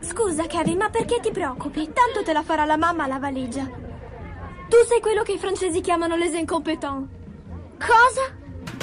Scusa, Kevin, ma perché ti preoccupi? Tanto te la farà la mamma la valigia. Tu sei quello che i francesi chiamano les incompetents. Cosa?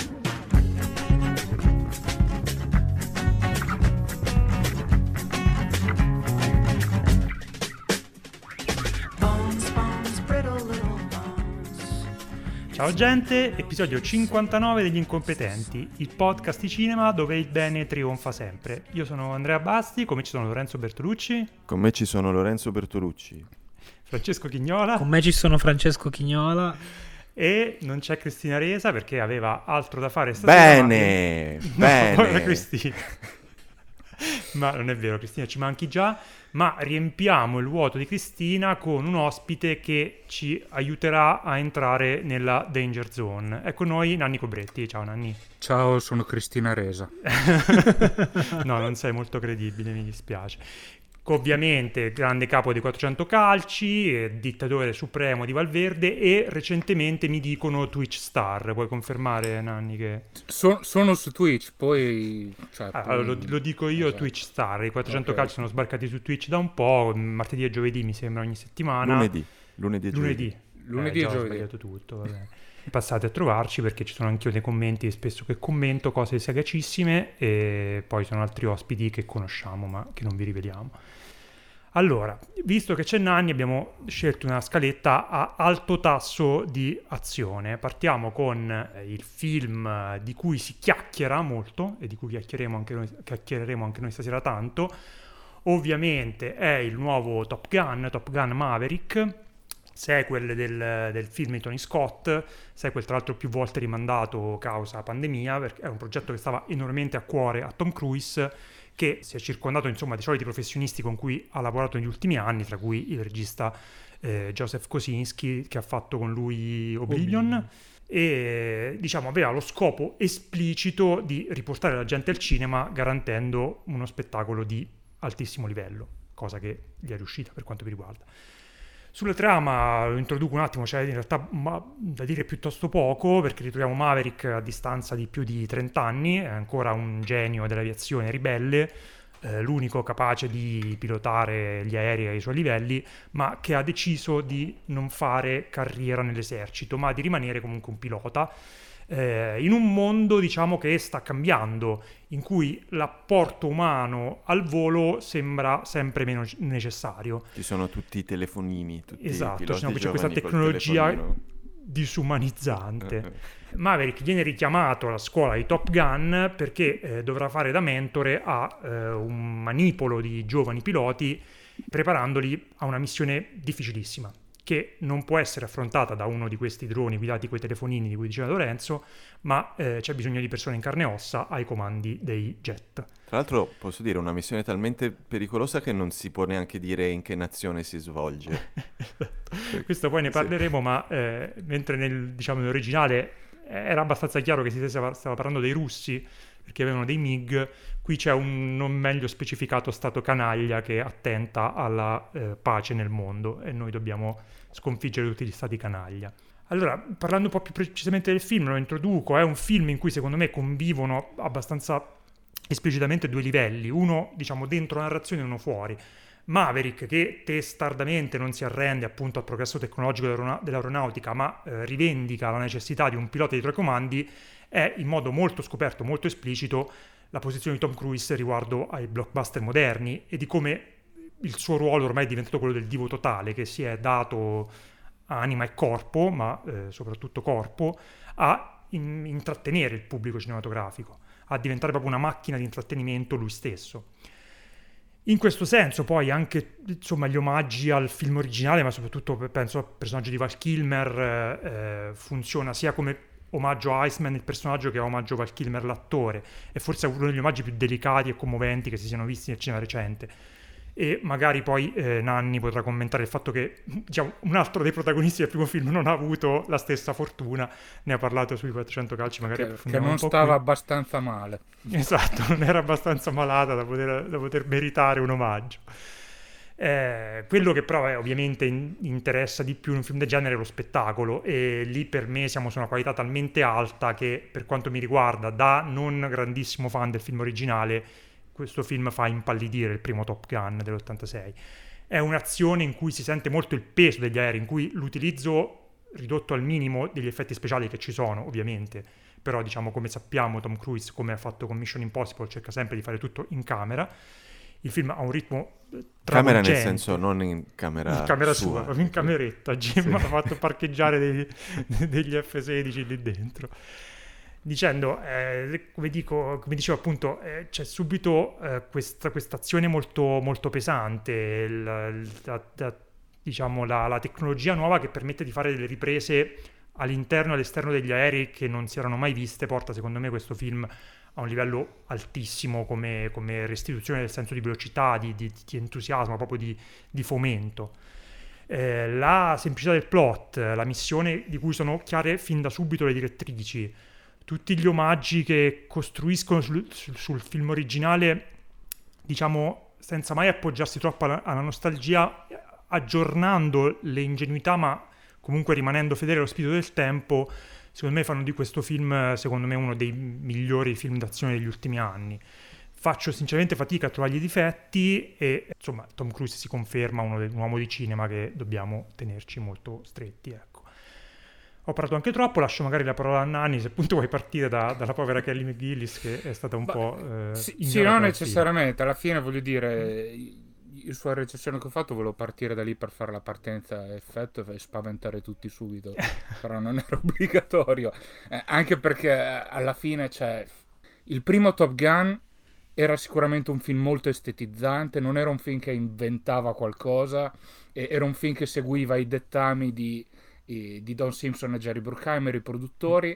Ciao gente, episodio 59 degli Incompetenti, il podcast di cinema dove il bene trionfa sempre. Io sono Andrea Basti, come ci sono Lorenzo Bertolucci. Con me ci sono Lorenzo Bertolucci. Francesco Chignola. Con me ci sono Francesco Chignola. E non c'è Cristina Resa perché aveva altro da fare stasera. Bene, bene. Cristina. Ma non è vero, Cristina, ci manchi già. Ma riempiamo il vuoto di Cristina con un ospite che ci aiuterà a entrare nella danger zone. Ecco noi Nanni Cobretti. Ciao Nanni. Ciao, sono Cristina Resa. No, non sei molto credibile, mi dispiace. Ovviamente grande capo dei 400 calci, dittatore supremo di Valverde e recentemente mi dicono Twitch star. Puoi confermare, Nanni, che... Sono su Twitch, poi... Allora, lo dico io, esatto. Twitch star. I 400 calci sono sbarcati su Twitch da un po', martedì e giovedì mi sembra ogni settimana. Lunedì e giovedì. Lunedì e giovedì. Ho sbagliato tutto, vabbè. Passate a trovarci perché ci sono anch'io dei commenti spesso che commento cose sagacissime e poi sono altri ospiti che conosciamo ma che non vi riveliamo. Allora, visto che c'è Nanni abbiamo scelto una scaletta a alto tasso di azione. Partiamo con il film di cui si chiacchiera molto e di cui chiacchiereremo anche noi stasera tanto. Ovviamente è il nuovo Top Gun Maverick, sequel del film di Tony Scott, sequel tra l'altro più volte rimandato causa pandemia, perché è un progetto che stava enormemente a cuore a Tom Cruise, che si è circondato insomma dei soliti professionisti con cui ha lavorato negli ultimi anni, tra cui il regista Joseph Kosinski, che ha fatto con lui Oblivion. E diciamo aveva lo scopo esplicito di riportare la gente al cinema garantendo uno spettacolo di altissimo livello, cosa che gli è riuscita per quanto mi riguarda. Sulla trama lo introduco un attimo, c'è in realtà da dire piuttosto poco, perché ritroviamo Maverick a distanza di più di 30 anni, è ancora un genio dell'aviazione ribelle, l'unico capace di pilotare gli aerei ai suoi livelli, ma che ha deciso di non fare carriera nell'esercito, ma di rimanere comunque un pilota, in un mondo diciamo che sta cambiando, in cui l'apporto umano al volo sembra sempre meno necessario. Ci sono tutti i telefonini, tutti esatto, i piloti c'è questa tecnologia disumanizzante. Maverick viene richiamato alla scuola di Top Gun perché dovrà fare da mentore a un manipolo di giovani piloti, preparandoli a una missione difficilissima, che non può essere affrontata da uno di questi droni guidati coi telefonini di cui diceva Lorenzo, ma c'è bisogno di persone in carne e ossa ai comandi dei jet. Tra l'altro posso dire una missione talmente pericolosa che non si può neanche dire in che nazione si svolge. Questo poi ne parleremo, ma mentre nell'originale era abbastanza chiaro che si stava parlando dei russi, perché avevano dei MiG, qui c'è un non meglio specificato stato canaglia che attenta alla pace nel mondo e noi dobbiamo sconfiggere tutti gli stati canaglia. Allora, parlando un po' più precisamente del film, lo introduco, è un film in cui secondo me convivono abbastanza esplicitamente due livelli, uno diciamo dentro la narrazione e uno fuori. Maverick, che testardamente non si arrende appunto al progresso tecnologico dell'aeronautica, ma rivendica la necessità di un pilota dietro ai comandi, è in modo molto scoperto, molto esplicito la posizione di Tom Cruise riguardo ai blockbuster moderni e di come il suo ruolo ormai è diventato quello del divo totale, che si è dato anima e corpo, ma soprattutto corpo, a intrattenere il pubblico cinematografico, a diventare proprio una macchina di intrattenimento lui stesso. In questo senso poi anche insomma gli omaggi al film originale, ma soprattutto penso al personaggio di Val Kilmer, funziona sia come omaggio a Iceman il personaggio che omaggio a Val Kilmer l'attore, e forse è uno degli omaggi più delicati e commoventi che si siano visti nel cinema recente. E magari poi Nanni potrà commentare il fatto che diciamo, un altro dei protagonisti del primo film non ha avuto la stessa fortuna, ne ha parlato sui 400 calci, magari che non stava abbastanza male. Esatto, non era abbastanza malata da poter meritare un omaggio. Quello che però ovviamente interessa di più in un film del genere è lo spettacolo, e lì per me siamo su una qualità talmente alta che, per quanto mi riguarda, da non grandissimo fan del film originale, questo film fa impallidire il primo Top Gun dell'86. È un'azione in cui si sente molto il peso degli aerei, in cui l'utilizzo ridotto al minimo degli effetti speciali che ci sono, ovviamente, però diciamo, come sappiamo, Tom Cruise, come ha fatto con Mission Impossible, cerca sempre di fare tutto in camera. Il film ha un ritmo camera nel senso non in camera sua, proprio in cameretta. Jim ha fatto parcheggiare degli F-16 lì dentro. Dicendo, come dicevo appunto, c'è subito questa azione molto, molto pesante, diciamo la tecnologia nuova che permette di fare delle riprese all'interno e all'esterno degli aerei che non si erano mai viste, porta secondo me questo film a un livello altissimo come restituzione del senso di velocità, di entusiasmo, proprio di fomento. La semplicità del plot, la missione di cui sono chiare fin da subito le direttrici, tutti gli omaggi che costruiscono sul film originale, diciamo, senza mai appoggiarsi troppo alla nostalgia, aggiornando le ingenuità ma comunque rimanendo fedele allo spirito del tempo, secondo me fanno di questo film, secondo me, uno dei migliori film d'azione degli ultimi anni. Faccio sinceramente fatica a trovare i difetti e insomma Tom Cruise si conferma un uomo di cinema che dobbiamo tenerci molto stretti, ecco. Ho parlato anche troppo, lascio magari la parola a Nanni, se appunto vuoi partire dalla povera Kelly McGillis, che è stata un po' sì, non necessariamente, alla fine voglio dire, il suo recensione che ho fatto volevo partire da lì per fare la partenza a effetto e spaventare tutti subito, però non era obbligatorio, anche perché alla fine il primo Top Gun era sicuramente un film molto estetizzante, non era un film che inventava qualcosa, era un film che seguiva i dettami di Don Simpson e Jerry Bruckheimer, i produttori,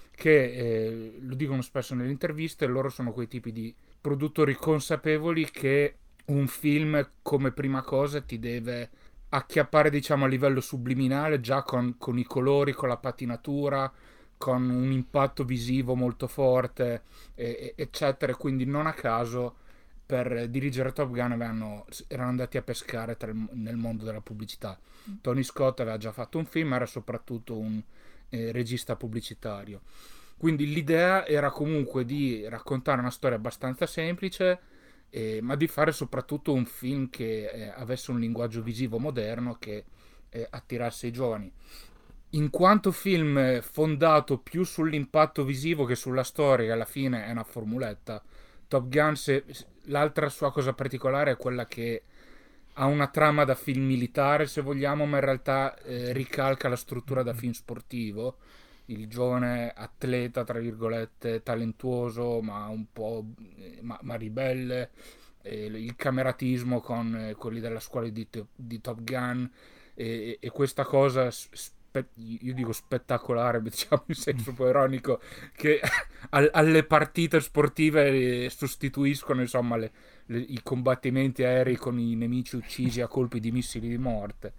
che lo dicono spesso nelle interviste, loro sono quei tipi di produttori consapevoli che un film come prima cosa ti deve acchiappare, diciamo, a livello subliminale, già con i colori, con la patinatura, con un impatto visivo molto forte, eccetera. Quindi non a caso per dirigere Top Gun erano andati a pescare nel mondo della pubblicità. Tony Scott aveva già fatto un film, era soprattutto un regista pubblicitario. Quindi l'idea era comunque di raccontare una storia abbastanza semplice, ma di fare soprattutto un film che avesse un linguaggio visivo moderno che attirasse i giovani. In quanto film fondato più sull'impatto visivo che sulla storia, che alla fine è una formuletta, Top Gun, l'altra sua cosa particolare è quella che ha una trama da film militare, se vogliamo, ma in realtà ricalca la struttura da film sportivo. Il giovane atleta, tra virgolette, talentuoso, ma un po' ma ribelle, il cameratismo con quelli della scuola di Top Gun, e questa cosa io dico spettacolare, diciamo in senso poi ironico, che alle partite sportive sostituiscono, insomma, i combattimenti aerei con i nemici uccisi a colpi di missili di morte.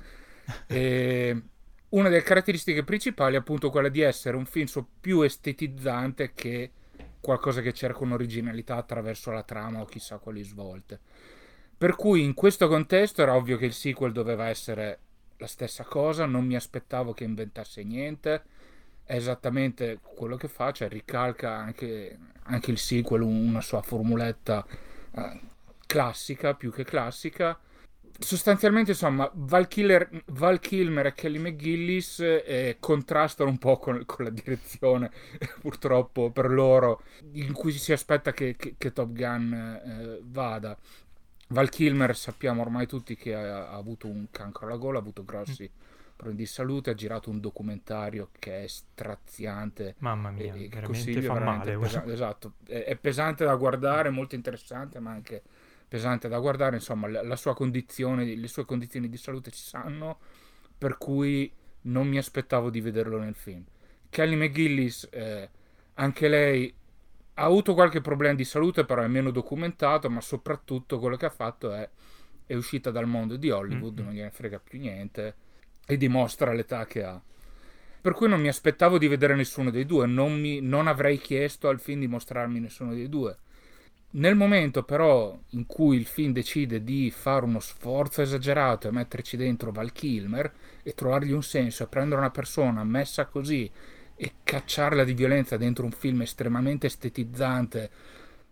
Una delle caratteristiche principali è appunto quella di essere un film più estetizzante che qualcosa che cerca un'originalità attraverso la trama o chissà quali svolte. Per cui in questo contesto era ovvio che il sequel doveva essere la stessa cosa, non mi aspettavo che inventasse niente, è esattamente quello che fa, cioè ricalca anche il sequel una sua formuletta classica, più che classica. Sostanzialmente, insomma, Val Kilmer e Kelly McGillis contrastano un po' con la direzione, purtroppo per loro, in cui si aspetta che Top Gun vada. Val Kilmer sappiamo ormai tutti che ha avuto un cancro alla gola, ha avuto grossi problemi di salute, ha girato un documentario che è straziante. Mamma mia, veramente fa male. Esatto, è pesante da guardare, molto interessante, ma anche pesante da guardare. Insomma, la sua condizione, le sue condizioni di salute ci sanno, per cui non mi aspettavo di vederlo nel film. Kelly McGillis, anche lei ha avuto qualche problema di salute, però è meno documentato, ma soprattutto quello che ha fatto è uscita dal mondo di Hollywood, non gliene frega più niente e dimostra l'età che ha. Per cui non mi aspettavo di vedere nessuno dei due, non avrei chiesto al film di mostrarmi nessuno dei due. Nel momento però in cui il film decide di fare uno sforzo esagerato e metterci dentro Val Kilmer e trovargli un senso e prendere una persona messa così e cacciarla di violenza dentro un film estremamente estetizzante,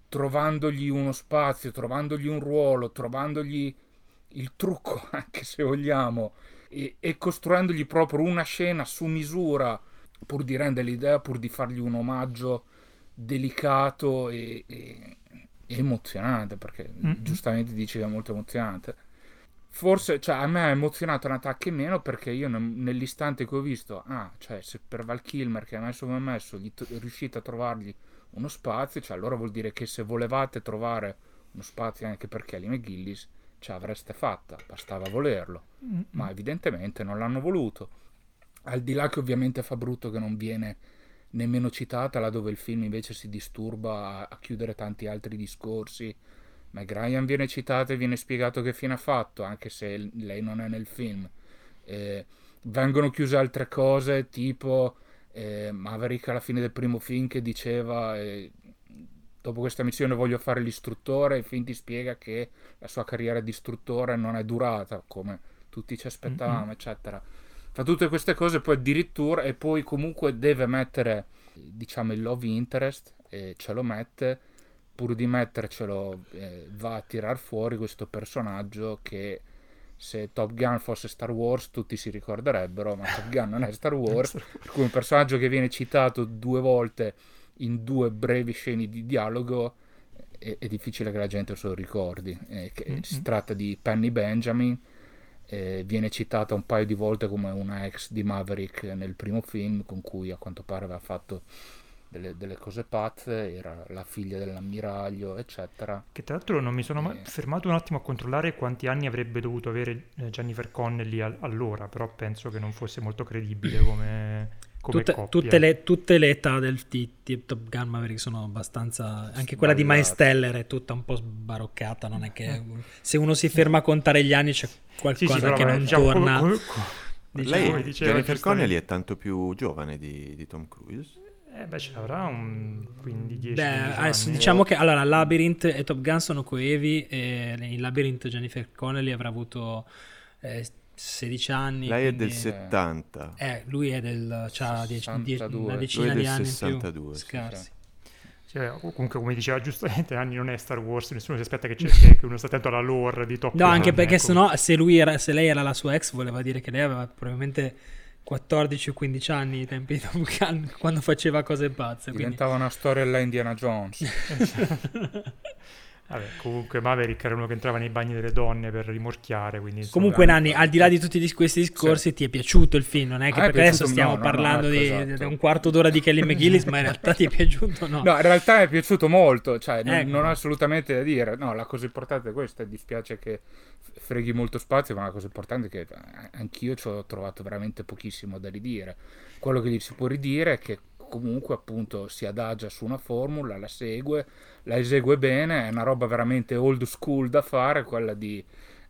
trovandogli uno spazio, trovandogli un ruolo, trovandogli il trucco, anche se vogliamo, e costruendogli proprio una scena su misura, pur di rendere l'idea, pur di fargli un omaggio delicato e emozionante, perché giustamente dici che è molto emozionante. Forse, cioè, a me ha emozionato un attacco in meno, perché io nell'istante che ho visto, cioè, se per Val Kilmer, che ha messo come messo, riuscite a trovargli uno spazio, cioè, allora vuol dire che se volevate trovare uno spazio anche per Kelly McGillis, ce l'avreste fatta, bastava volerlo, ma evidentemente non l'hanno voluto. Al di là che ovviamente fa brutto che non viene nemmeno citata, là dove il film invece si disturba a chiudere tanti altri discorsi. Meg Ryan viene citata e viene spiegato che fine ha fatto, anche se lei non è nel film. Vengono chiuse altre cose, tipo Maverick alla fine del primo film che diceva dopo questa missione voglio fare l'istruttore, e il film ti spiega che la sua carriera di istruttore non è durata come tutti ci aspettavamo, eccetera. Fa tutte queste cose, poi addirittura, e poi comunque deve mettere, diciamo, il love interest, e ce lo mette, pur di mettercelo va a tirar fuori questo personaggio che, se Top Gun fosse Star Wars tutti si ricorderebbero, ma Top Gun non è Star Wars, per cui un personaggio che viene citato 2 volte in 2 brevi scene di dialogo è difficile che la gente se lo ricordi. Si tratta di Penny Benjamin, viene citata un paio di volte come una ex di Maverick nel primo film, con cui a quanto pare aveva fatto delle cose pazze, era la figlia dell'ammiraglio, eccetera. Che tra l'altro non mi sono fermato un attimo a controllare quanti anni avrebbe dovuto avere Jennifer Connelly allora, però penso che non fosse molto credibile come coppia. Tutte le età di Top Gun Maverick sono abbastanza, anche quella di Miles Teller è tutta un po' sbaroccata, non è che se uno si ferma a contare gli anni c'è qualcosa che non torna. Lei, Jennifer Connelly, è tanto più giovane di Tom Cruise. Ce l'avrà un 15-10 adesso anni. diciamo che allora Labyrinth e Top Gun sono coevi, e in Labyrinth Jennifer Connelly avrà avuto 16 anni. Lei è del 70. Lui è c'ha una decina di anni 62, in più, scarsi. Comunque, come diceva giustamente Anni, non è Star Wars, nessuno si aspetta che uno sta attento alla lore di Top Gun. No, anche perché sennò se lei era la sua ex, voleva dire che lei aveva probabilmente 14 o 15 anni ai tempi di Top Gun, quando faceva cose pazze. Diventava una storia alla Indiana Jones. Vabbè, comunque Maverick era uno che entrava nei bagni delle donne per rimorchiare, quindi comunque Nanni, al di là di tutti questi discorsi, ti è piaciuto il film? Non è che perché adesso stiamo parlando di un quarto d'ora di Kelly McGillis, ma in realtà ti è piaciuto? No, in realtà è piaciuto molto, cioè non ho assolutamente da dire. No, la cosa importante è questa, dispiace che freghi molto spazio, ma la cosa importante è che anch'io ci ho trovato veramente pochissimo da ridire. Quello che gli si può ridire è che comunque appunto si adagia su una formula, la segue, la esegue bene, è una roba veramente old school da fare, quella di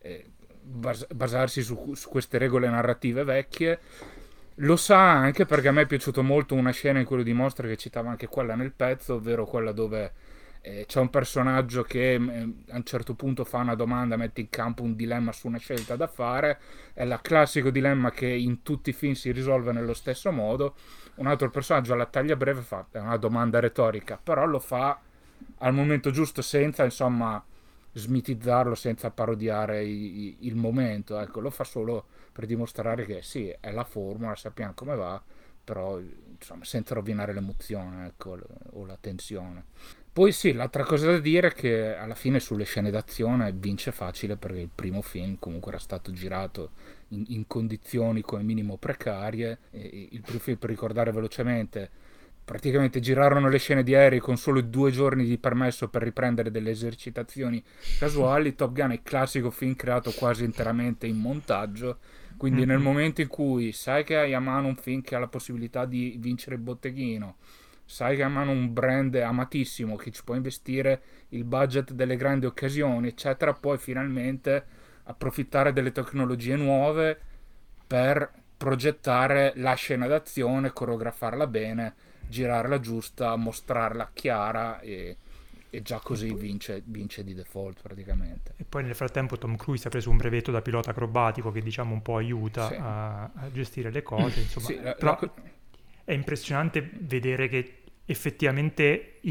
basarsi su queste regole narrative vecchie. Lo sa anche perché a me è piaciuto molto una scena in cui lo dimostra, che citava anche quella nel pezzo, ovvero quella dove c'è un personaggio che a un certo punto fa una domanda, mette in campo un dilemma su una scelta da fare. È il classico dilemma che in tutti i film si risolve nello stesso modo. Un altro personaggio alla taglia breve fa una domanda retorica, però lo fa al momento giusto, senza insomma smitizzarlo, senza parodiare il momento. Ecco, lo fa solo per dimostrare che sì, è la formula, sappiamo come va, però insomma senza rovinare l'emozione, ecco, o la tensione. Poi sì, l'altra cosa da dire è che alla fine sulle scene d'azione vince facile, perché il primo film comunque era stato girato in condizioni come minimo precarie. E il primo film, per ricordare velocemente, praticamente girarono le scene di aerei con solo 2 giorni di permesso per riprendere delle esercitazioni casuali. Top Gun è il classico film creato quasi interamente in montaggio, quindi nel momento in cui sai che hai a mano un film che ha la possibilità di vincere il botteghino, sai che ha a mano un brand amatissimo che ci può investire il budget delle grandi occasioni, eccetera, puoi finalmente approfittare delle tecnologie nuove per progettare la scena d'azione, coreografarla bene, girarla giusta, mostrarla chiara, e già così vince di default praticamente. E poi nel frattempo Tom Cruise ha preso un brevetto da pilota acrobatico che diciamo un po' aiuta a gestire le cose, insomma. Però è impressionante vedere che effettivamente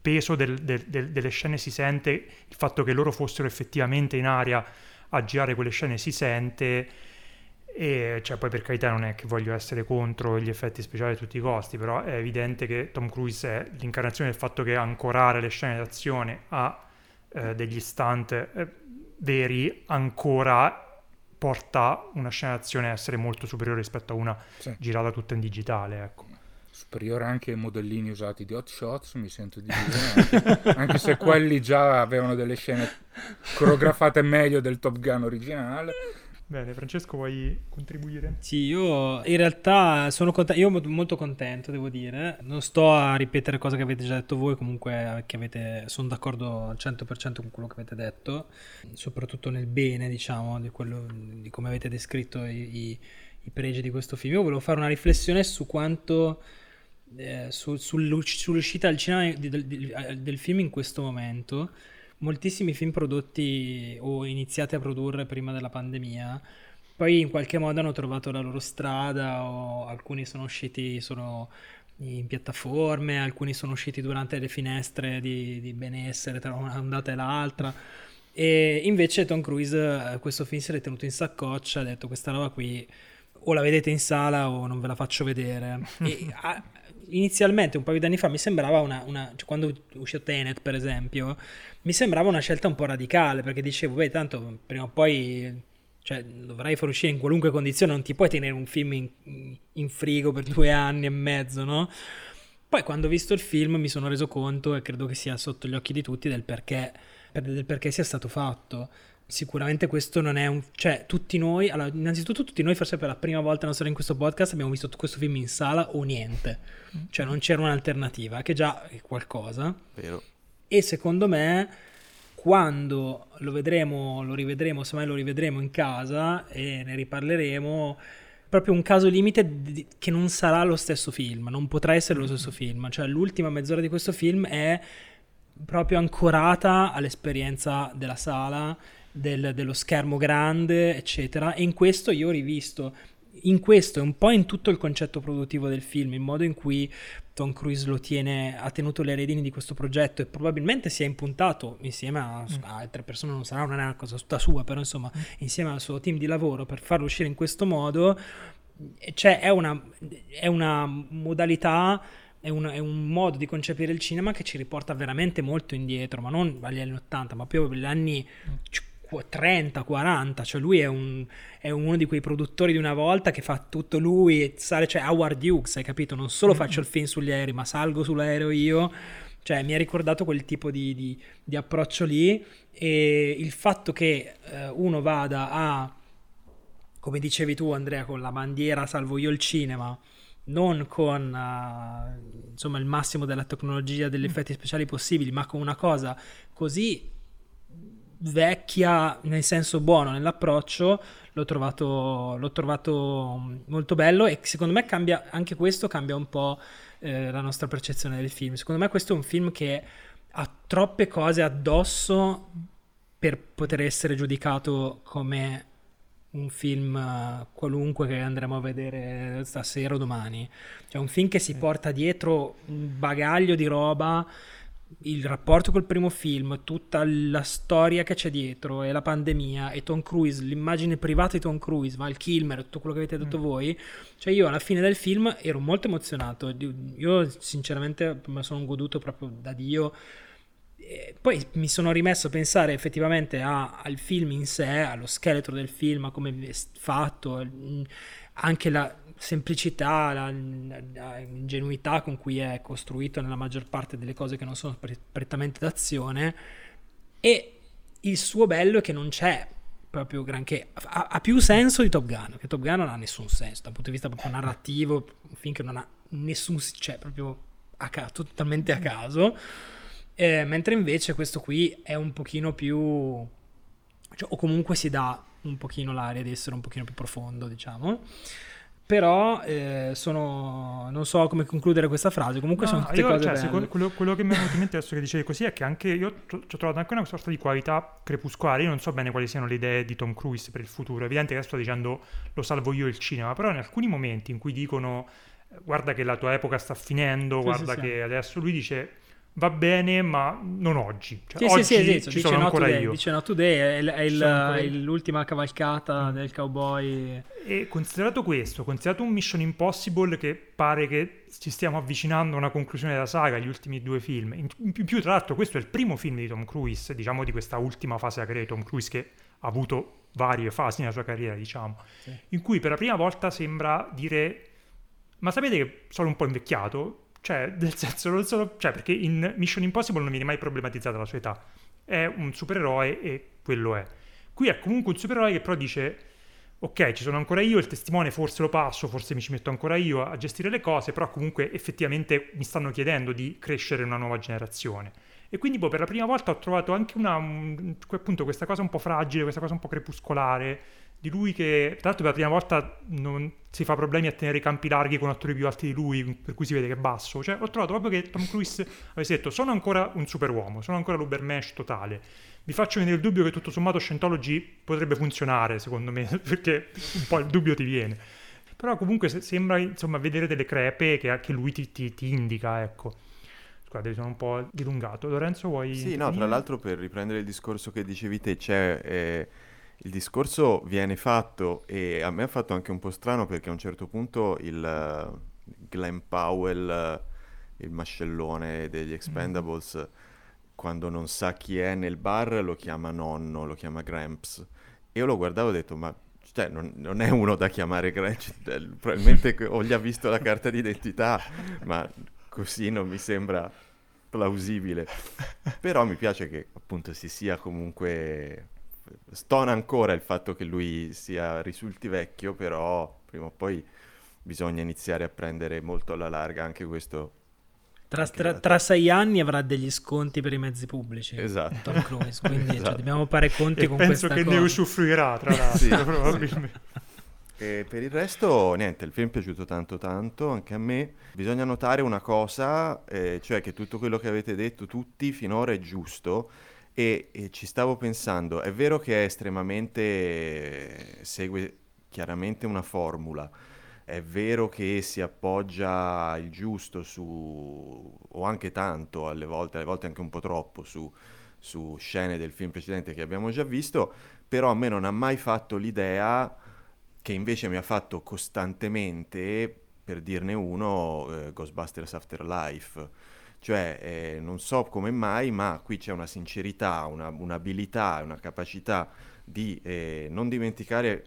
peso delle scene si sente, il fatto che loro fossero effettivamente in aria a girare quelle scene si sente. E cioè, poi per carità non è che voglio essere contro gli effetti speciali a tutti i costi, però è evidente che Tom Cruise è l'incarnazione del fatto che ancorare le scene d'azione a degli stunt veri ancora porta una scena d'azione a essere molto superiore rispetto a una girata tutta in digitale, ecco. Superiore anche ai modellini usati di Hot Shots, mi sento di dire, anche se quelli già avevano delle scene coreografate meglio del Top Gun originale. Bene, Francesco, vuoi contribuire? Sì, io in realtà sono molto contento, devo dire. Non sto a ripetere cose che avete già detto voi, comunque sono d'accordo al 100% con quello che avete detto, soprattutto nel bene, diciamo, di come avete descritto i pregi di questo film. Io volevo fare una riflessione su quanto sull'uscita al cinema del film in questo momento. Moltissimi film prodotti o iniziati a produrre prima della pandemia poi in qualche modo hanno trovato la loro strada, o alcuni sono usciti solo in piattaforme, alcuni sono usciti durante le finestre di benessere tra un'ondata e l'altra, e invece Tom Cruise questo film se l'è tenuto in saccoccia, ha detto questa roba qui o la vedete in sala o non ve la faccio vedere. E inizialmente un paio di anni fa mi sembrava cioè, quando uscì Tenet per esempio, mi sembrava una scelta un po' radicale, perché dicevo beh tanto prima o poi, cioè, dovrai far uscire in qualunque condizione, non ti puoi tenere un film in frigo per 2 anni e mezzo, no? Poi quando ho visto il film mi sono reso conto, e credo che sia sotto gli occhi di tutti, del perché sia stato fatto. Sicuramente questo non è cioè tutti noi, allora innanzitutto tutti noi forse per la prima volta nella storia in questo podcast abbiamo visto questo film in sala o niente, cioè non c'era un'alternativa, che già è qualcosa. Vero. E secondo me quando lo rivedremo, semmai lo rivedremo in casa e ne riparleremo, proprio un caso limite che non sarà lo stesso film, non potrà essere lo stesso film, cioè l'ultima mezz'ora di questo film è proprio ancorata all'esperienza della sala, dello schermo grande, eccetera, e in questo io ho rivisto, in questo e un po' in tutto il concetto produttivo del film, il modo in cui Tom Cruise ha tenuto le redini di questo progetto e probabilmente si è impuntato insieme a altre persone, non è una cosa tutta sua, però insomma insieme al suo team di lavoro per farlo uscire in questo modo, cioè è una modalità, è un modo di concepire il cinema che ci riporta veramente molto indietro, ma non agli anni 80, ma più agli anni 30, 40, cioè lui è uno di quei produttori di una volta che fa tutto lui e sale, cioè Howard Hughes, hai capito? Non solo faccio il film sugli aerei, ma salgo sull'aereo io, cioè mi ha ricordato quel tipo di approccio lì, e il fatto che uno vada a, come dicevi tu Andrea, con la bandiera salvo io il cinema, non con insomma il massimo della tecnologia, degli effetti speciali possibili, ma con una cosa così vecchia nel senso buono nell'approccio, l'ho trovato molto bello, e secondo me anche questo cambia un po' la nostra percezione del film. Secondo me questo è un film che ha troppe cose addosso per poter essere giudicato come un film qualunque che andremo a vedere stasera o domani. Cioè un film che si porta dietro un bagaglio di roba, il rapporto col primo film, tutta la storia che c'è dietro, e la pandemia, e Tom Cruise, l'immagine privata di Tom Cruise, Val Kilmer, tutto quello che avete detto voi. Cioè io alla fine del film ero molto emozionato, io sinceramente me lo sono goduto proprio da Dio. E poi mi sono rimesso a pensare effettivamente al film in sé, allo scheletro del film, a come è fatto, anche la semplicità, l'ingenuità con cui è costruito nella maggior parte delle cose che non sono prettamente d'azione, e il suo bello è che non c'è proprio granché, ha più senso di Top Gun, che Top Gun non ha nessun senso dal punto di vista proprio narrativo, un film che non ha nessun, cioè proprio totalmente a caso, mentre invece questo qui è un pochino più, cioè, o comunque si dà un pochino l'aria di essere un pochino più profondo, diciamo. Però non so come concludere questa frase. Comunque sono tutte cose belle. Quello che mi è venuto in mente adesso che dicevi così è che anche io ci ho trovato anche una sorta di qualità crepuscolare. Io non so bene quali siano le idee di Tom Cruise per il futuro. È evidente che sto dicendo lo salvo io il cinema, però in alcuni momenti in cui dicono guarda che la tua epoca sta finendo, guarda che adesso lui dice va bene, ma non oggi. Cioè, sì, oggi sì, ci sono ancora io. Dice Not Today è l'ultima cavalcata del cowboy. E considerato un Mission Impossible che pare che ci stiamo avvicinando a una conclusione della saga, gli ultimi 2 film. In più, tra l'altro, questo è il primo film di Tom Cruise, diciamo, di questa ultima fase della carriera di Tom Cruise, che ha avuto varie fasi nella sua carriera, diciamo, Sì. in cui per la prima volta sembra dire: ma sapete che sono un po' invecchiato? Cioè, nel senso, non sono... Cioè, perché in Mission Impossible non viene mai problematizzata la sua età. È un supereroe e quello è. Qui è comunque un supereroe che però dice: ok, ci sono ancora io, il testimone forse lo passo, forse mi ci metto ancora io a gestire le cose, però comunque effettivamente mi stanno chiedendo di crescere una nuova generazione. E quindi per la prima volta ho trovato anche appunto questa cosa un po' fragile, questa cosa un po' crepuscolare, di lui che, tra l'altro, per la prima volta non si fa problemi a tenere i campi larghi con attori più alti di lui, per cui si vede che è basso. Cioè, ho trovato proprio che Tom Cruise avesse detto: sono ancora un superuomo, sono ancora l'Ubermensch totale. Vi faccio venire il dubbio che tutto sommato Scientology potrebbe funzionare, secondo me, perché un po' il dubbio ti viene. Però comunque sembra, insomma, vedere delle crepe che lui ti indica, ecco. Scusate, sono un po' dilungato. Lorenzo, vuoi... Sì, no, tra l'altro, per riprendere il discorso che dicevi te, c'è... il discorso viene fatto, e a me ha fatto anche un po' strano, perché a un certo punto il Glenn Powell, il mascellone degli Expendables, quando non sa chi è nel bar lo chiama nonno, lo chiama Gramps. E io lo guardavo e ho detto: ma cioè, non è uno da chiamare Gramps, probabilmente o gli ha visto la carta d'identità, ma così non mi sembra plausibile. Però mi piace che appunto si sia comunque... Stona ancora il fatto che lui risulti vecchio, però prima o poi bisogna iniziare a prendere molto alla larga anche questo. Tra 6 anni avrà degli sconti per i mezzi pubblici. Esatto. Tom Cruise, quindi Esatto. dobbiamo fare conti E con penso questa che cosa. ne usufruirà, tra l'altro, Sì, probabilmente. E per il resto, niente, il film è piaciuto tanto, anche a me. Bisogna notare una cosa, cioè che tutto quello che avete detto tutti finora è giusto, e ci stavo pensando, è vero che è estremamente... segue chiaramente una formula, è vero che si appoggia il giusto su, o anche tanto alle volte anche un po' troppo, su scene del film precedente che abbiamo già visto, però a me non ha mai fatto l'idea... che invece mi ha fatto costantemente, per dirne uno, Ghostbusters Afterlife. Cioè, non so come mai, ma qui c'è una sincerità, un'abilità, una capacità di non dimenticare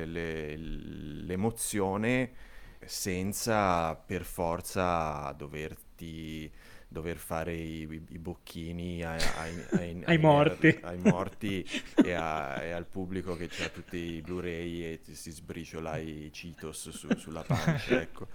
l'emozione senza per forza dover fare i bocchini Ai morti. ai morti e al pubblico che c'ha tutti i Blu-ray e si sbriciola i Cheetos sulla pancia, ecco.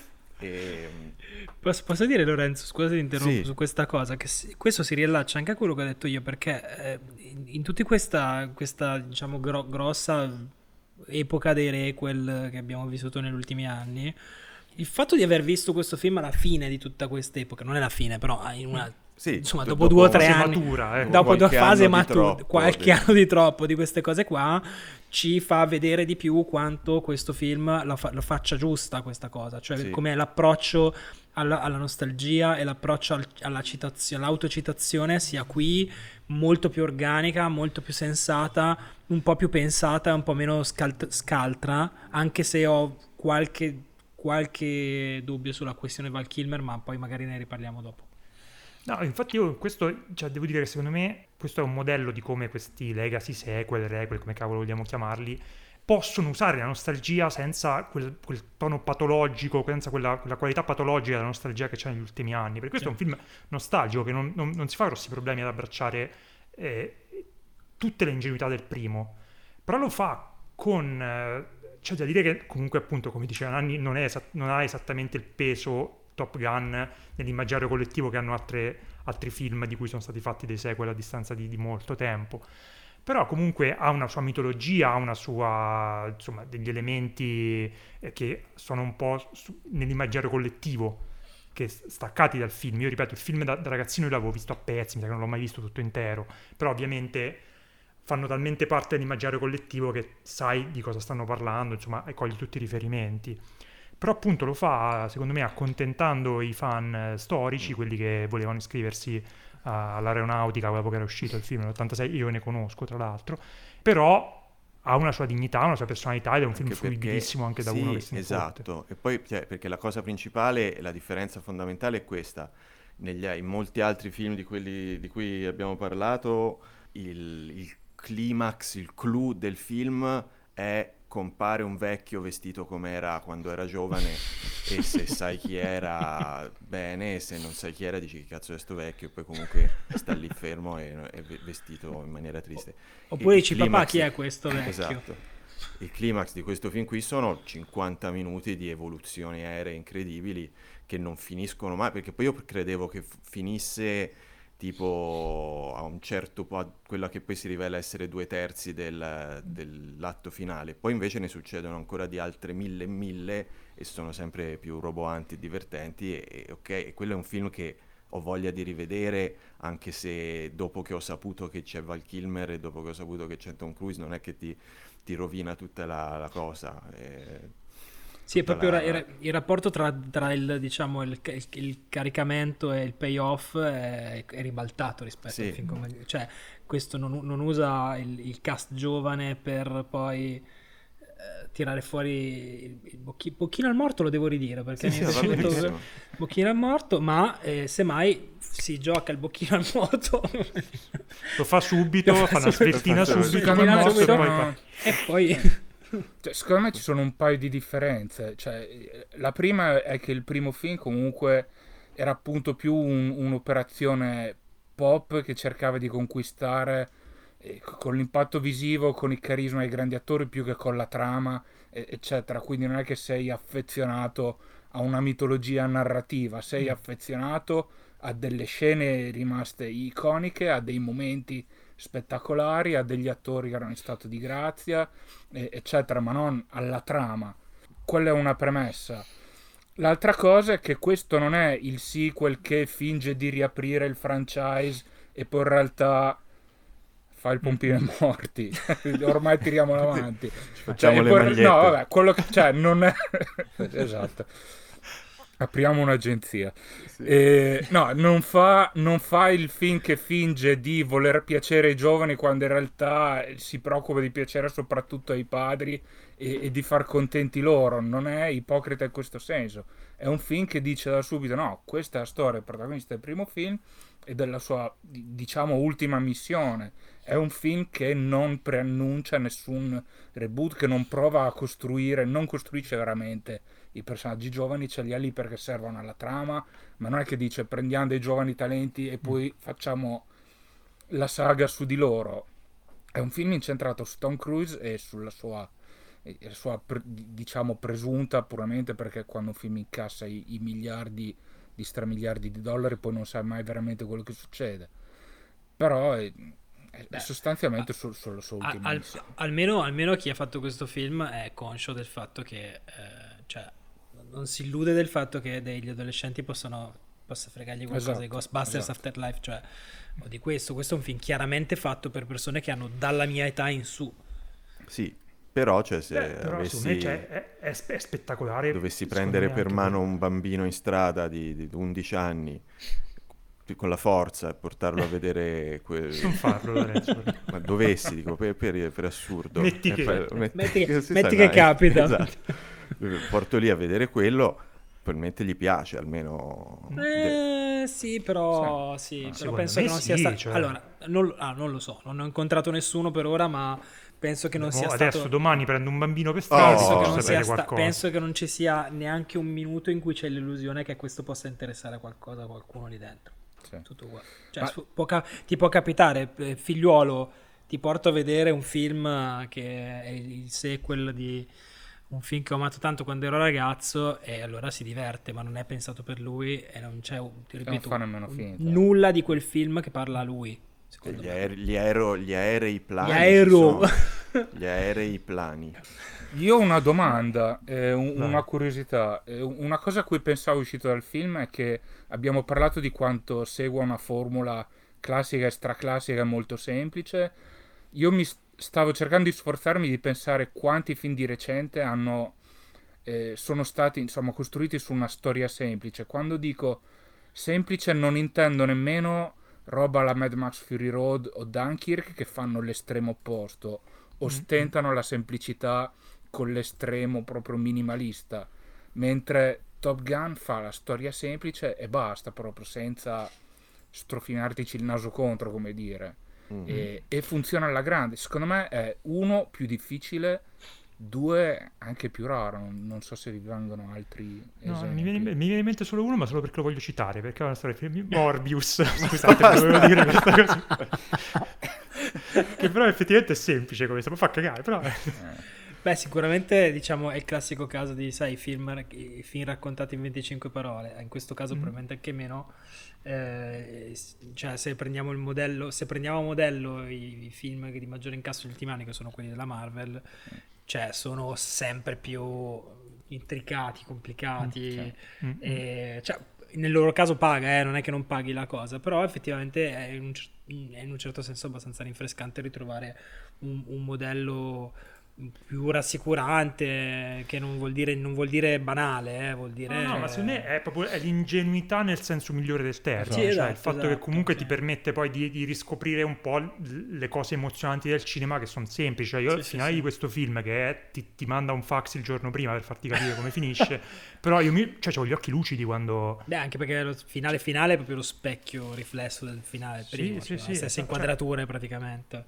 Posso dire, Lorenzo, scusa ti interrompo, Sì. su questa cosa, che questo si riallaccia anche a quello che ho detto io, perché in tutta questa diciamo grossa epoca dei requel che abbiamo vissuto negli ultimi anni, il fatto di aver visto questo film alla fine di tutta quest'epoca, non è la fine, però in una... Sì, insomma, dopo 2 o 3 anni, matura, dopo 2 fasi mature, qualche anno di troppo di queste cose qua, ci fa vedere di più quanto questo film lo faccia giusta questa cosa, cioè Sì. come l'approccio alla nostalgia e l'approccio all'autocitazione sia qui molto più organica, molto più sensata, un po' più pensata, un po' meno scaltra, anche se ho qualche dubbio sulla questione Val Kilmer, ma poi magari ne riparliamo dopo. No, infatti io questo, cioè, devo dire che secondo me questo è un modello di come questi legacy, sequel, requel, come cavolo vogliamo chiamarli, possono usare la nostalgia senza quel tono patologico, senza quella qualità patologica della nostalgia che c'è negli ultimi anni. Perché questo è un film nostalgico che non si fa grossi problemi ad abbracciare tutte le ingenuità del primo, però lo fa con... c'è da dire che comunque, appunto, come diceva Nanni, non ha esattamente il peso Top Gun nell'immaginario collettivo che hanno altri film di cui sono stati fatti dei sequel a distanza di molto tempo. Però comunque ha una sua mitologia, ha una sua, insomma, degli elementi che sono un po' nell'immaginario collettivo, che staccati dal film. Io ripeto, il film da ragazzino io l'avevo visto a pezzi, mi sa che non l'ho mai visto tutto intero, però ovviamente fanno talmente parte dell'immaginario collettivo che sai di cosa stanno parlando, insomma, e cogli tutti i riferimenti. Però appunto lo fa, secondo me, accontentando i fan storici, quelli che volevano iscriversi all'aeronautica all'epoca era uscito il film nell'86, io ne conosco tra l'altro, però ha una sua dignità, una sua personalità ed è un film fruibilissimo anche da uno che se ne esatto. fotte. E poi perché la cosa principale, la differenza fondamentale è questa: in molti altri film di quelli di cui abbiamo parlato, il climax, il clou del film è: compare un vecchio vestito come era quando era giovane e se sai chi era bene, e se non sai chi era dici che cazzo è sto vecchio, e poi comunque sta lì fermo e vestito in maniera triste. Oppure dici papà chi è questo vecchio? Esatto. Il climax di questo film qui sono 50 minuti di evoluzioni aeree incredibili che non finiscono mai, perché poi io credevo che finisse tipo a un certo po', quella che poi si rivela essere 2/3 dell'atto finale, poi invece ne succedono ancora di altre 1000 e sono sempre più roboanti e divertenti e quello è un film che ho voglia di rivedere, anche se dopo che ho saputo che c'è Val Kilmer e dopo che ho saputo che c'è Tom Cruise non è che ti rovina tutta la cosa. Sì, è proprio il rapporto tra il, diciamo, il caricamento e il payoff è ribaltato rispetto al film. Cioè, questo non usa il cast giovane per poi tirare fuori il bocchino al morto, lo devo ridire perché bocchino al morto, ma semmai si gioca il bocchino al morto, lo fa subito, fa una svettina subito e poi cioè, secondo me ci sono un paio di differenze. Cioè, la prima è che il primo film comunque era appunto più un'operazione pop che cercava di conquistare con l'impatto visivo, con il carisma dei grandi attori più che con la trama, eccetera. Quindi non è che sei affezionato a una mitologia narrativa, sei affezionato a delle scene rimaste iconiche, a dei momenti spettacolari, a degli attori che erano in stato di grazia, eccetera, ma non alla trama. Quella è una premessa. L'altra cosa è che questo non è il sequel che finge di riaprire il franchise e poi in realtà fa il pompino ai morti. Ormai tiriamolo avanti. Facciamo le magliette. No, vabbè, quello che cioè non è esatto. Apriamo un'agenzia. No, non fa il film che finge di voler piacere ai giovani quando in realtà si preoccupa di piacere soprattutto ai padri e di far contenti loro. Non è ipocrita in questo senso. È un film che dice da subito: no, questa è la storia del protagonista del primo film e della sua, diciamo, ultima missione. È un film che non preannuncia nessun reboot, che non prova a costruire, non costruisce veramente i personaggi giovani, ce li ha lì perché servono alla trama, ma non è che dice prendiamo dei giovani talenti e poi facciamo la saga su di loro. È un film incentrato su Tom Cruise e sulla sua diciamo presunta, puramente perché quando un film incassa i miliardi di $3 miliardi poi non sai mai veramente quello che succede, però è sostanzialmente sulla sua ultima missione. Almeno chi ha fatto questo film è conscio del fatto che cioè non si illude del fatto che degli adolescenti possa fregargli qualcosa di Ghostbusters Afterlife, cioè, o di questo è un film chiaramente fatto per persone che hanno dalla mia età in su. Sì, però cioè, se però avessi è spettacolare, dovessi prendere per mano un bambino in strada di 11 anni con la forza e portarlo a vedere non farlo, Lorenzo. Ma dovessi, dico, per assurdo, metti che capita, esatto. Porto lì a vedere quello, probabilmente gli piace almeno. Sì, però però penso che non sia stato, cioè... Allora non lo so, non ho incontrato nessuno per ora, ma penso che non sia stato. Adesso domani prendo un bambino per strada, penso che non ci sia neanche un minuto in cui c'è l'illusione che questo possa interessare qualcosa a qualcuno lì dentro. Tutto uguale. Cioè, ti può capitare, figliuolo, ti porto a vedere un film che è il sequel di un film che ho amato tanto quando ero ragazzo, e allora si diverte, ma non è pensato per lui e non c'è, ti ripeto, nulla di quel film che parla a lui. Gli aerei plani. Gli aerei plani. Io ho una domanda, una curiosità. Una cosa a cui pensavo uscito dal film è che abbiamo parlato di quanto segua una formula classica e straclassica e molto semplice. Io stavo cercando di sforzarmi di pensare quanti film di recente hanno sono stati insomma costruiti su una storia semplice. Quando dico semplice non intendo nemmeno roba alla Mad Max Fury Road o Dunkirk, che fanno l'estremo opposto, ostentano la semplicità con l'estremo proprio minimalista, mentre Top Gun fa la storia semplice e basta, proprio senza strofinartici il naso contro, come dire. E funziona alla grande. Secondo me è uno più difficile, due anche più raro. Non so se vi vengono altri esempi. Mi viene in mente solo uno, ma solo perché lo voglio citare, perché è una storia di Morbius. Scusate, dovevo dire questa cosa. Che però effettivamente è semplice, come fa cagare, però Beh, sicuramente diciamo è il classico caso di, sai, i film raccontati in 25 parole. In questo caso probabilmente anche meno. Cioè, se prendiamo a modello i film di maggiore incasso negli ultimi anni, che sono quelli della Marvel, cioè sono sempre più intricati, complicati. Cioè, nel loro caso paga, non è che non paghi la cosa, però effettivamente è in un certo senso abbastanza rinfrescante ritrovare un modello più rassicurante, che non vuol dire banale, vuol dire no, ma secondo me è l'ingenuità nel senso migliore del termine, sì, cioè il fatto che comunque ti sì. permette poi di riscoprire un po' le cose emozionanti del cinema, che sono semplici. Cioè io al finale di questo film, che ti manda un fax il giorno prima per farti capire come finisce, però io ho gli occhi lucidi quando... Beh, anche perché lo finale è proprio lo specchio riflesso del finale prima, sì, le stesse inquadrature praticamente.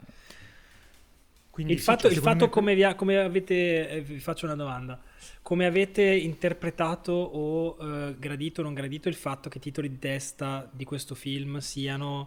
Quindi Il fatto come avete, vi faccio una domanda, come avete interpretato o gradito o non gradito il fatto che i titoli di testa di questo film siano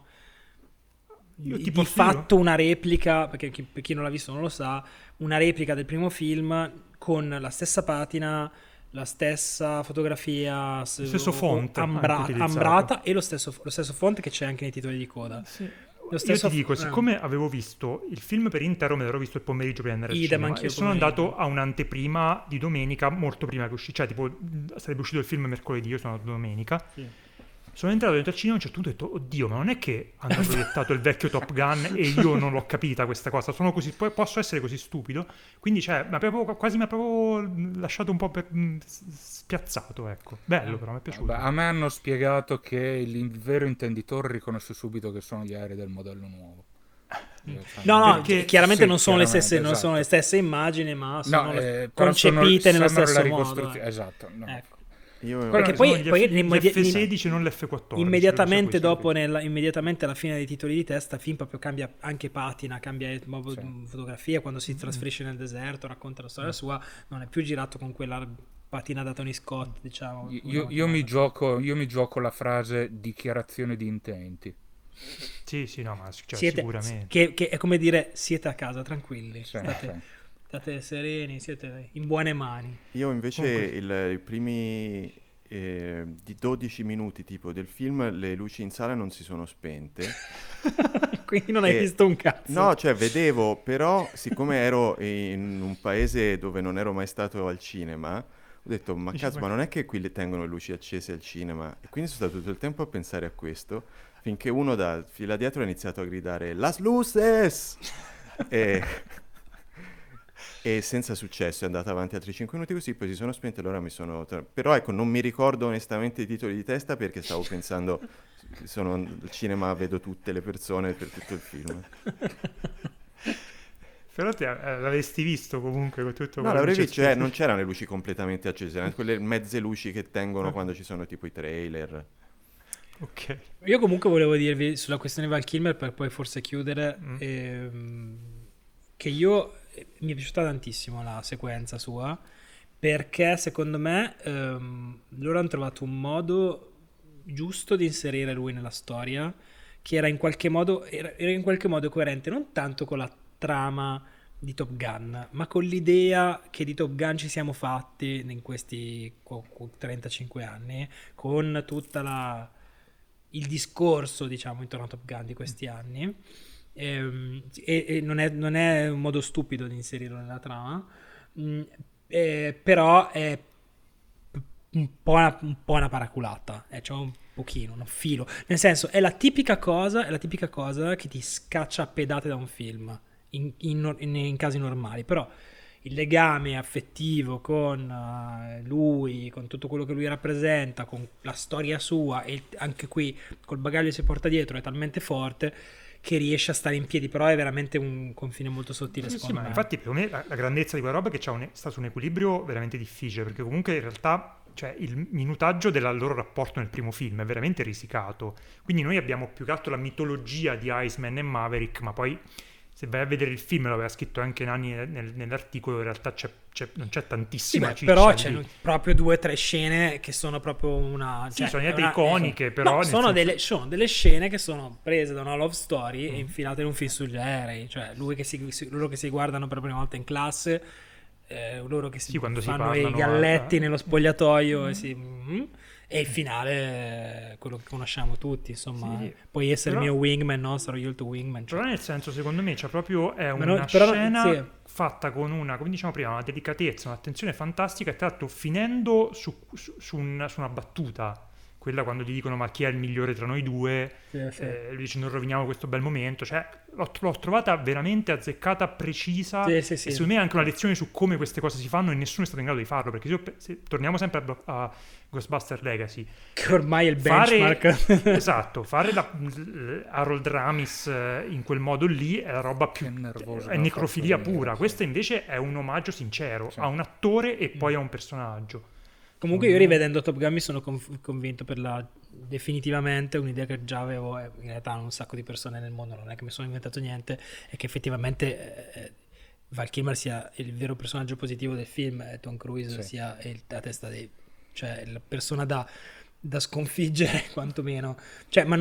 di fatto una replica, perché per chi non l'ha visto non lo sa, una replica del primo film con la stessa patina, la stessa fotografia, lo stesso font ambrata, e lo stesso font che c'è anche nei titoli di coda. Sì. Io ti dico, siccome avevo visto il film per intero, me l'ero visto il pomeriggio prima di andare al cinema, e sono andato a un'anteprima di domenica molto prima che uscì, cioè tipo sarebbe uscito il film mercoledì, io sono andato domenica. Sono entrato dentro al cinema e a un certo punto ho detto, oddio, ma non è che hanno proiettato il vecchio Top Gun e io non l'ho capita questa cosa, posso essere così stupido? Quindi mi ha proprio lasciato un po' spiazzato, ecco. Bello, però mi è piaciuto. A me hanno spiegato che il vero intenditore riconosce subito che sono gli aerei del modello nuovo. No, chiaramente non sono le stesse, non sono le stesse immagini, ma sono concepite nello stesso modo. Esatto. No. Ecco. Perché poi l'F16 non l'F14 immediatamente dopo, immediatamente alla fine dei titoli di testa, il film proprio cambia anche patina, cambia fotografia. Quando si trasferisce nel deserto, racconta la storia sua, non è più girato con quella patina da Tony Scott, diciamo. Io mi gioco la frase dichiarazione di intenti. Sì, no, ma sicuramente che è come dire, siete a casa, tranquilli, state sereni, siete in buone mani. Io invece i primi di 12 minuti tipo del film, le luci in sala non si sono spente. Quindi non hai visto un cazzo. No, cioè vedevo, però siccome ero in un paese dove non ero mai stato al cinema, ho detto, ma cazzo, ma non è che qui le tengono le luci accese al cinema? E quindi sono stato tutto il tempo a pensare a questo, finché uno da fila dietro ha iniziato a gridare "Las luces!" e senza successo, è andata avanti altri 5 minuti così, poi si sono spente, allora però ecco, non mi ricordo onestamente i titoli di testa, perché stavo pensando, sono al cinema, vedo tutte le persone per tutto il film. Però l'avresti visto comunque con tutto. No, l'avrei visto, cioè non c'erano le luci completamente accese, erano quelle mezze luci che tengono quando ci sono tipo i trailer. Ok. Io comunque volevo dirvi sulla questione Val Kilmer, per poi forse chiudere, che mi è piaciuta tantissimo la sequenza sua, perché secondo me loro hanno trovato un modo giusto di inserire lui nella storia, che era in qualche modo coerente, non tanto con la trama di Top Gun, ma con l'idea che di Top Gun ci siamo fatti in questi 35 anni, con tutta il discorso, diciamo, intorno a Top Gun di questi anni. E non è un modo stupido di inserirlo nella trama, però è un po' una paraculata, cioè un pochino, un filo, nel senso è la tipica cosa che ti scaccia a pedate da un film in casi normali, però il legame affettivo con lui, con tutto quello che lui rappresenta, con la storia sua, e anche qui col bagaglio che si porta dietro è talmente forte che riesce a stare in piedi, però è veramente un confine molto sottile, secondo me. Infatti per me la grandezza di quella roba è che sta su un equilibrio veramente difficile, perché comunque in realtà, cioè, il minutaggio del loro rapporto nel primo film è veramente risicato, quindi noi abbiamo più che altro la mitologia di Iceman e Maverick, ma poi se vai a vedere il film, l'aveva scritto anche Nani nell'articolo, in realtà non c'è tantissima ciccia però lì. c'è proprio 2 o 3 scene che sono proprio una... Sì, sono iconiche, però... No, sono delle scene che sono prese da una love story e infilate in un film sugli aerei, cioè loro che si guardano per la prima volta in classe, loro che fanno i galletti nello spogliatoio e il finale quello che conosciamo tutti, insomma, puoi essere il mio wingman, no? Sarò io il tuo wingman, cioè. Però nel senso, secondo me, è una scena fatta con una, come diciamo prima, una delicatezza, un'attenzione fantastica, e tra l'altro finendo su una battuta, quella quando gli dicono ma chi è il migliore tra noi due, lui dice non roviniamo questo bel momento, cioè l'ho trovata veramente azzeccata, precisa, e secondo me è anche una lezione su come queste cose si fanno, e nessuno è stato in grado di farlo, perché se torniamo sempre a Ghostbusters Legacy, che ormai è il benchmark, esatto, fare Harold Ramis in quel modo lì è la roba più nervosa, è necrofilia pura. Questo invece è un omaggio sincero a un attore e poi a un personaggio. Comunque io rivedendo Top Gun mi sono convinto definitivamente un'idea che già avevo, in realtà un sacco di persone nel mondo, non è che mi sono inventato niente, è che effettivamente Val Kilmer sia il vero personaggio positivo del film, e Tom Cruise sia la testa cioè la persona da sconfiggere quantomeno, cioè, ma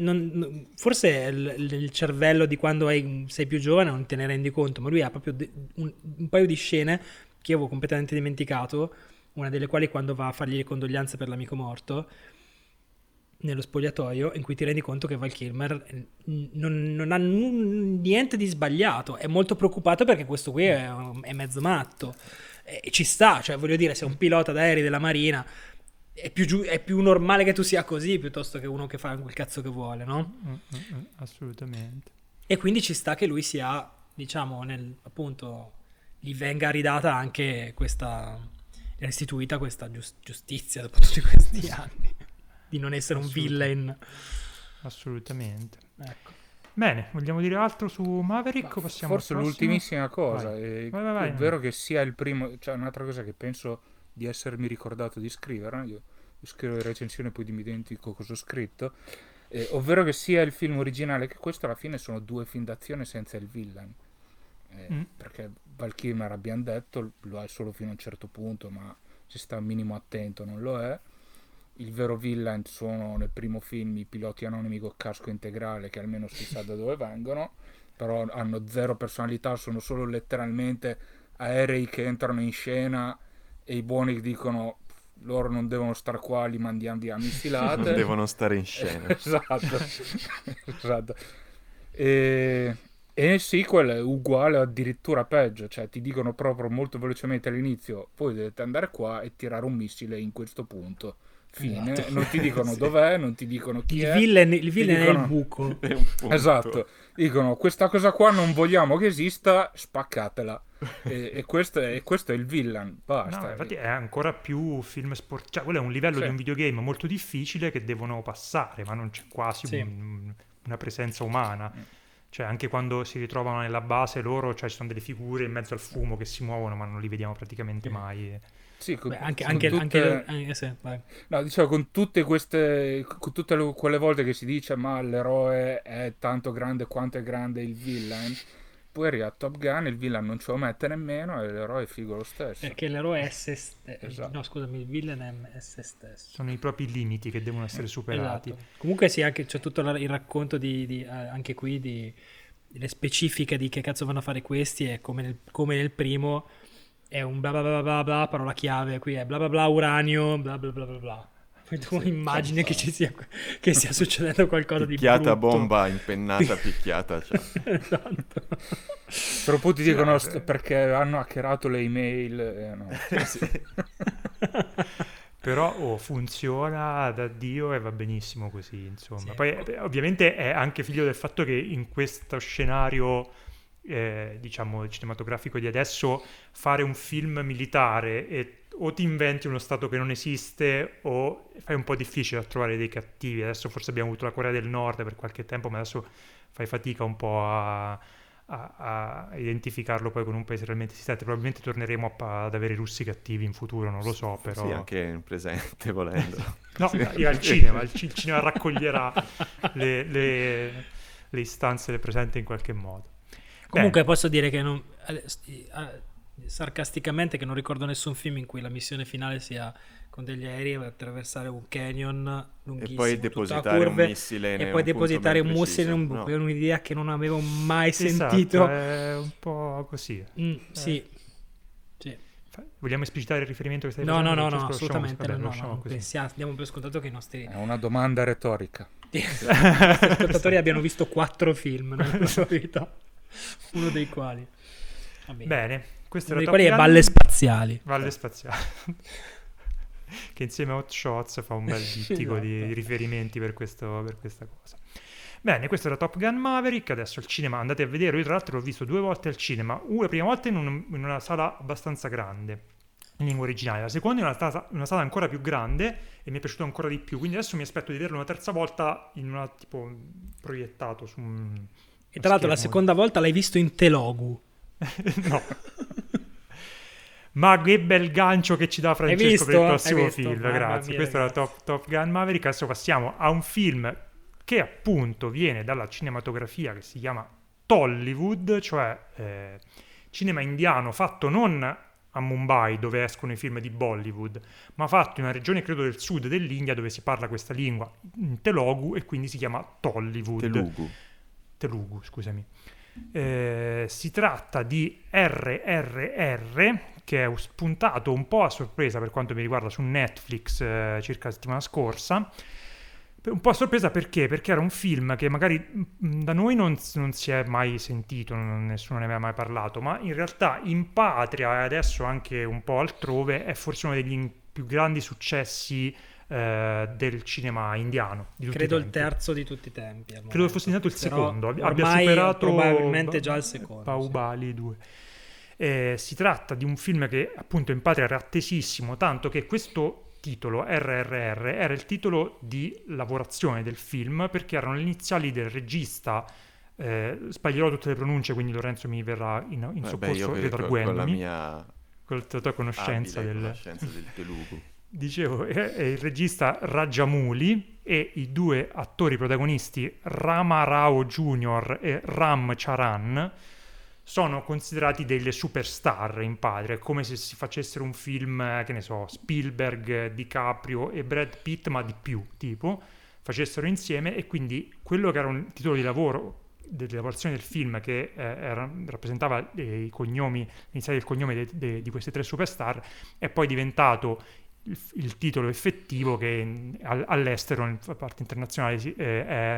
forse il cervello di quando sei più giovane non te ne rendi conto, ma lui ha proprio un paio di scene che io avevo completamente dimenticato, una delle quali quando va a fargli le condoglianze per l'amico morto nello spogliatoio, in cui ti rendi conto che Val Kilmer non ha niente di sbagliato, è molto preoccupato perché questo qui è mezzo matto, e ci sta, cioè voglio dire, se un pilota d'aerei della Marina è più normale che tu sia così piuttosto che uno che fa quel cazzo che vuole, no? Assolutamente. E quindi ci sta che lui sia, diciamo, appunto gli venga ridata anche restituita questa giustizia dopo tutti questi anni di non essere un villain. Assolutamente. Ecco. Bene, vogliamo dire altro su Maverick o passiamo forse l'ultimissima cosa, vai. Vai. È vero che sia il primo, cioè un'altra cosa che penso di essermi ricordato di scrivere, io scrivo le recensioni e poi dimentico cosa ho scritto, ovvero che sia il film originale che questo alla fine sono 2 film d'azione senza il villain, perché Val Kilmer, abbiamo detto, lo è solo fino a un certo punto, ma se sta un minimo attento non lo è. Il vero villain sono nel primo film i piloti anonimi con casco integrale, che almeno si sa da dove vengono, però hanno 0 personalità, sono solo letteralmente aerei che entrano in scena e i buoni dicono loro non devono stare qua, li mandiamo via missilate. Non devono stare in scena. esatto. E nel sequel è uguale, addirittura peggio, cioè ti dicono proprio molto velocemente all'inizio voi dovete andare qua e tirare un missile in questo punto, fine. Non ti dicono dov'è, non ti dicono chi il villain è il buco. È un punto. Esatto, dicono questa cosa qua non vogliamo che esista, spaccatela. e questo è il villain, basta. No, infatti è ancora più film sport, cioè quello è un livello di un videogame molto difficile che devono passare, ma non c'è quasi una presenza umana. Cioè anche quando si ritrovano nella base loro, cioè ci sono delle figure in mezzo al fumo che si muovono, ma non li vediamo praticamente mai. Sì, no, dicevo, con tutte quelle volte che si dice ma l'eroe è tanto grande quanto è grande il villain, poi arriva Top Gun, il villain non ce lo mette nemmeno e l'eroe è figo lo stesso. Perché l'eroe è se stesso. Esatto. No, scusami, il villain è se stesso. Sono i propri limiti che devono essere superati. Esatto. Comunque sì, anche c'è tutto il racconto anche qui delle specifiche di che cazzo vanno a fare questi, e come nel primo è un bla bla bla bla bla, parola chiave, qui è bla bla bla uranio, bla bla bla bla bla. Tu immagini che stia succedendo qualcosa picchiata di brutto. Bomba impennata, picchiata, cioè. Esatto. Però poi ti dicono perché hanno hackerato le email, no. Però funziona da Dio e va benissimo così, insomma. Sì. Poi ovviamente è anche figlio del fatto che in questo scenario diciamo cinematografico di adesso, fare un film militare e o ti inventi uno stato che non esiste o fai un po' difficile a trovare dei cattivi. Adesso forse abbiamo avuto la Corea del Nord per qualche tempo, ma adesso fai fatica un po' a identificarlo poi con un paese realmente esistente. Probabilmente torneremo ad avere i russi cattivi in futuro, non lo so, però... Sì, anche in presente, volendo. No, io al cinema, il cinema raccoglierà le istanze del presente in qualche modo. Comunque posso dire che sarcasticamente che non ricordo nessun film in cui la missione finale sia con degli aerei attraversare un canyon lunghissimo, e poi depositare un missile e poi depositare un missile in un buco. È un'idea che non avevo mai sentito. È un po' così. Sì. Vogliamo esplicitare il riferimento che stai facendo? No, assolutamente no. Diamo per scontato che i nostri... È una domanda retorica. Gli ascoltatori abbiano visto 4 film nella loro vita, uno dei quali... Bene, questo uno dei quali è Valle Spaziali. Che insieme a Hot Shots fa un bel dittico di riferimenti per questa cosa. Bene, questo era Top Gun Maverick. Adesso al cinema andate a vedere. Io tra l'altro l'ho visto 2 volte al cinema. La prima volta in una sala abbastanza grande in lingua originale, la seconda in una sala ancora più grande e mi è piaciuto ancora di più. Quindi adesso mi aspetto di vederlo una terza volta in una tipo proiettato su un... E tra l'altro la seconda volta l'hai visto in Telugu. No. Ma che bel gancio che ci dà Francesco per il prossimo film, grazie. Questo era Top Gun Maverick. Adesso passiamo a un film che appunto viene dalla cinematografia che si chiama Tollywood, cioè cinema indiano fatto non a Mumbai dove escono i film di Bollywood, ma fatto in una regione credo del sud dell'India dove si parla questa lingua in Telugu e quindi si chiama Tollywood. Telugu, scusami. Si tratta di RRR, che è spuntato un po' a sorpresa per quanto mi riguarda su Netflix circa la settimana scorsa. Un po' a sorpresa perché era un film che magari da noi non si è mai sentito, nessuno ne aveva mai parlato, ma in realtà in patria e adesso anche un po' altrove è forse uno degli più grandi successi del cinema indiano di tutti credo i tempi. Il terzo di tutti i tempi credo fosse stato il secondo, abbia superato probabilmente già il secondo Bahubali 2. Si tratta di un film che appunto in patria era attesissimo, tanto che questo titolo RRR era il titolo di lavorazione del film perché erano le iniziali del regista. Sbaglierò tutte le pronunce, quindi Lorenzo mi verrà in soccorso redarguendomi con la tua conoscenza del Telugu. Dicevo, è il regista Rajamouli e i 2 attori protagonisti Rama Rao Jr. e Ram Charan sono considerati delle superstar in patria, come se si facessero un film, che ne so, Spielberg, DiCaprio e Brad Pitt, ma di più, tipo, facessero insieme, e quindi quello che era un titolo di lavoro della lavorazione del film che rappresentava i cognomi, iniziali del cognome di queste 3 superstar, è poi diventato il titolo effettivo che all'estero, in parte internazionale, è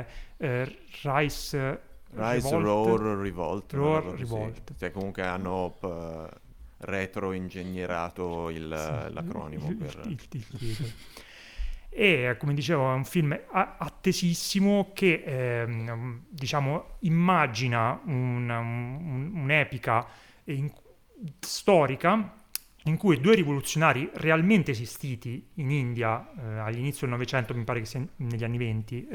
Rise Roar Revolt. Cioè, comunque hanno retro-ingegnerato l'acronimo il titolo. E come dicevo è un film attesissimo che diciamo immagina un'epica storica in cui 2 rivoluzionari realmente esistiti in India all'inizio del Novecento, mi pare che sia negli anni 20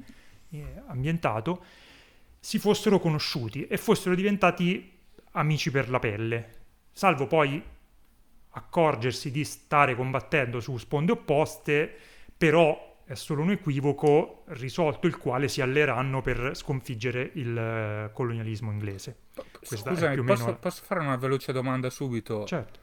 ambientato, si fossero conosciuti e fossero diventati amici per la pelle, salvo poi accorgersi di stare combattendo su sponde opposte, però è solo un equivoco risolto il quale si alleeranno per sconfiggere il colonialismo inglese. Scusami, posso fare una veloce domanda subito? Certo.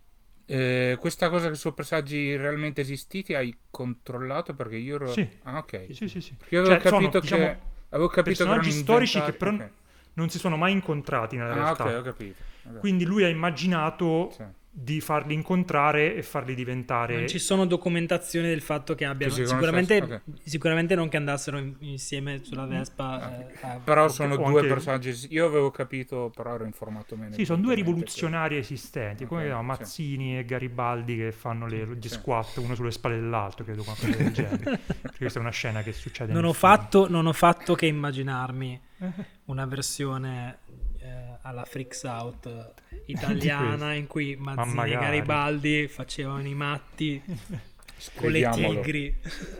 Questa cosa che sono presagi realmente esistiti hai controllato? Perché io ero... Sì. Ah, ok. Sì. Perché io avevo capito che... Avevo capito personaggi storici che però okay. non si sono mai incontrati nella realtà. Ok, ho capito. Quindi lui ha immaginato di farli incontrare e farli diventare... Non ci sono documentazioni del fatto che abbiano... Sicuramente non che andassero insieme sulla Vespa. Però sono 2 personaggi... Io avevo capito, però ero informato meno. Sì, sono 2 rivoluzionari esistenti, come Mazzini e Garibaldi che fanno gli squat uno sulle spalle dell'altro, credo, qualcosa del genere. Perché questa è una scena che succede non ho fatto che immaginarmi una versione alla Freaks Out italiana in cui Mazzini e Garibaldi facevano i matti con le tigri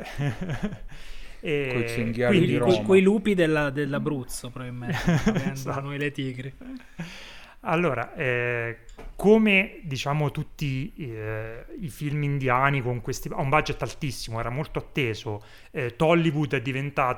e quindi quei lupi dell'Abruzzo probabilmente esatto. Noi le tigri. Allora, come diciamo tutti i film indiani con questi a un budget altissimo, era molto atteso, Tollywood è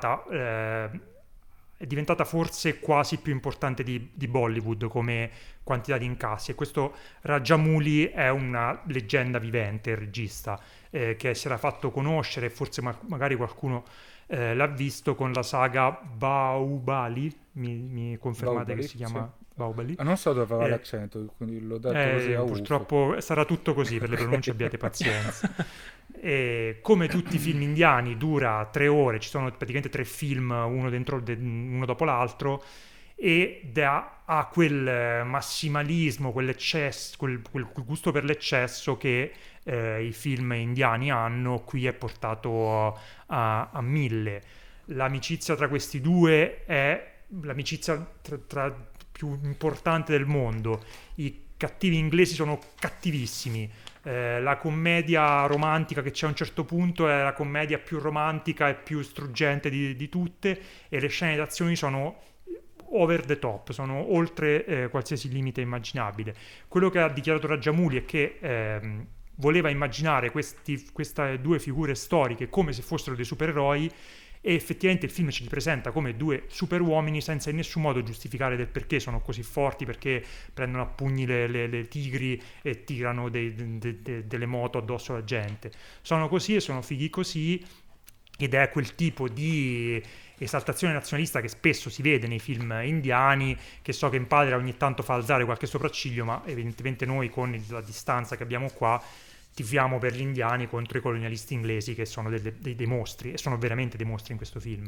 diventata forse quasi più importante di Bollywood come quantità di incassi, e questo Rajamouli è una leggenda vivente, il regista, che si era fatto conoscere, forse magari qualcuno l'ha visto con la saga Bahubali, mi confermate che si chiama... Sì. Bahubali. Non so dove va l'accento, quindi l'ho detto così a purtroppo sarà tutto così, per le pronunce abbiate pazienza. Come tutti i film indiani dura 3 ore, ci sono praticamente 3 film uno dopo l'altro, ed ha quel massimalismo, quell'eccesso, quel gusto per l'eccesso che i film indiani hanno, qui è portato a 1000. L'amicizia tra questi due è l'amicizia tra più importante del mondo. I cattivi inglesi sono cattivissimi, la commedia romantica che c'è a un certo punto è la commedia più romantica e più struggente di tutte, e le scene d'azione sono over the top, sono oltre qualsiasi limite immaginabile. Quello che ha dichiarato Rajamouli è che voleva immaginare queste 2 figure storiche come se fossero dei supereroi, e effettivamente il film ci li presenta come 2 superuomini senza in nessun modo giustificare del perché sono così forti, perché prendono a pugni le tigri e tirano delle moto addosso alla gente. Sono così e sono fighi così, ed è quel tipo di esaltazione nazionalista che spesso si vede nei film indiani, che so che in padre ogni tanto fa alzare qualche sopracciglio, ma evidentemente noi con la distanza che abbiamo qua tifiamo per gli indiani contro i colonialisti inglesi, che sono dei mostri, e sono veramente dei mostri in questo film.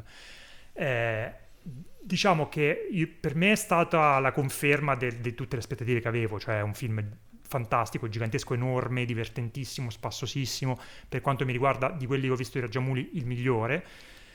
Diciamo che per me è stata la conferma di tutte le aspettative che avevo, cioè un film fantastico, gigantesco, enorme, divertentissimo, spassosissimo, per quanto mi riguarda di quelli che ho visto di Rajamouli il migliore.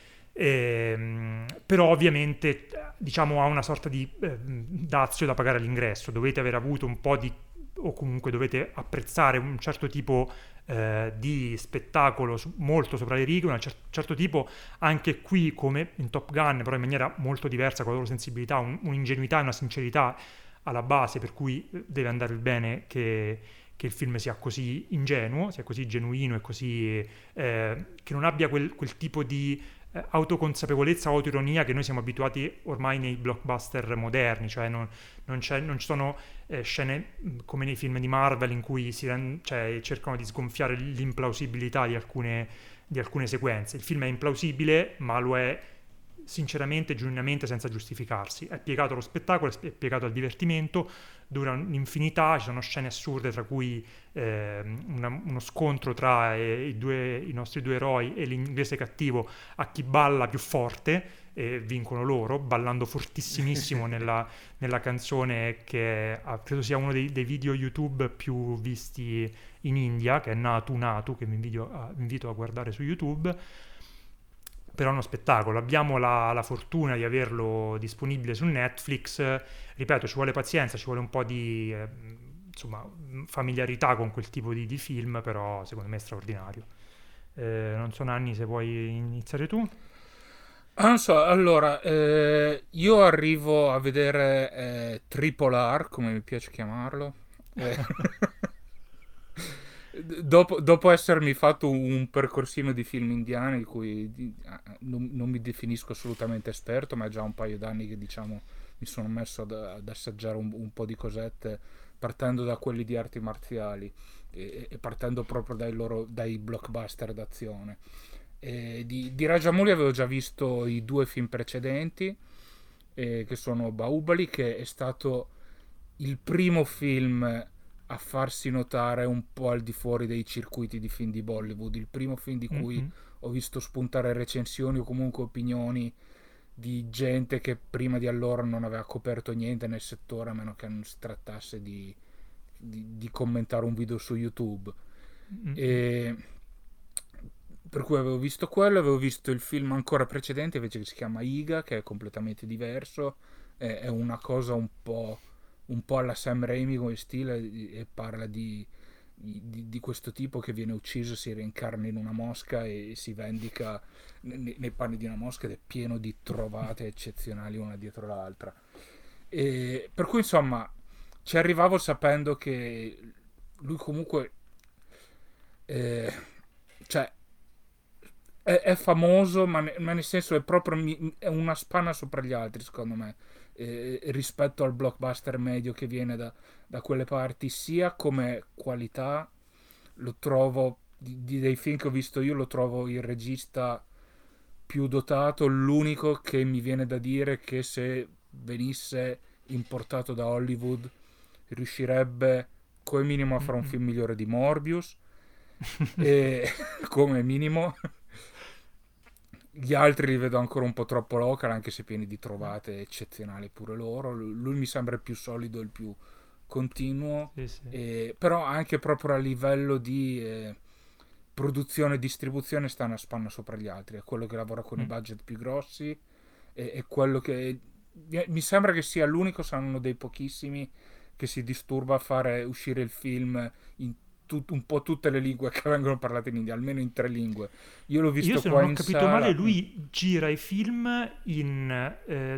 Però ovviamente diciamo ha una sorta di dazio da pagare all'ingresso, dovete aver avuto un po' di, o comunque dovete apprezzare un certo tipo di spettacolo molto sopra le righe, un certo tipo, anche qui come in Top Gun, però in maniera molto diversa, con la loro sensibilità, un'ingenuità e una sincerità alla base, per cui deve andare bene che il film sia così ingenuo, sia così genuino e così che non abbia quel tipo di autoconsapevolezza o autoironia che noi siamo abituati ormai nei blockbuster moderni, cioè non ci sono scene come nei film di Marvel in cui cercano di sgonfiare l'implausibilità di alcune sequenze. Il film è implausibile, ma lo è sinceramente, genuinamente, senza giustificarsi. È piegato allo spettacolo, è piegato al divertimento, dura un'infinità, ci sono scene assurde, tra cui uno scontro tra i nostri 2 eroi e l'inglese cattivo a chi balla più forte, e vincono loro, ballando fortissimissimo nella canzone che credo sia uno dei video YouTube più visti in India, che è Natu Natu, che vi invito a guardare su YouTube. Però è uno spettacolo. Abbiamo la fortuna di averlo disponibile su Netflix. Ripeto, ci vuole pazienza, ci vuole un po' di familiarità con quel tipo di film, però secondo me è straordinario. Non so, Nanni, se vuoi iniziare tu. Non so, allora, io arrivo a vedere Triple R, come mi piace chiamarlo. Dopo essermi fatto un percorsino di film indiani, di cui non mi definisco assolutamente esperto, ma è già un paio d'anni che, diciamo, mi sono messo ad assaggiare un po' di cosette, partendo da quelli di arti marziali e partendo proprio dai blockbuster d'azione. Di Rajamouli avevo già visto i 2 film precedenti, che sono Bahubali, che è stato il primo film a farsi notare un po' al di fuori dei circuiti di film di Bollywood, il primo film di cui ho visto spuntare recensioni o comunque opinioni di gente che prima di allora non aveva coperto niente nel settore, a meno che non si trattasse di commentare un video su YouTube. E per cui avevo visto quello, avevo visto il film ancora precedente invece, che si chiama Iga, che è completamente diverso, è una cosa un po' un po' alla Sam Raimi come stile, e parla di questo tipo che viene ucciso, si reincarna in una mosca e si vendica nei panni di una mosca, ed è pieno di trovate eccezionali una dietro l'altra. E per cui insomma ci arrivavo sapendo che lui comunque cioè è famoso, ma nel senso è proprio è una spanna sopra gli altri, secondo me, rispetto al blockbuster medio che viene da quelle parti, sia come qualità. Lo trovo, dei film che ho visto io, lo trovo il regista più dotato, l'unico che mi viene da dire che se venisse importato da Hollywood riuscirebbe come minimo a fare un film migliore di Morbius, come minimo. Gli altri li vedo ancora un po' troppo local, anche se pieni di trovate eccezionali pure loro. Lui mi sembra il più solido, il più continuo, sì. Però anche proprio a livello di produzione e distribuzione sta una spanna sopra gli altri. È quello che lavora con i budget più grossi, è quello che mi sembra che sia l'unico, saranno uno dei pochissimi che si disturba a fare uscire il film in un po' tutte le lingue che vengono parlate in India, almeno in 3 lingue. Io l'ho visto, se qua non ho in capito sala. male, lui gira i film in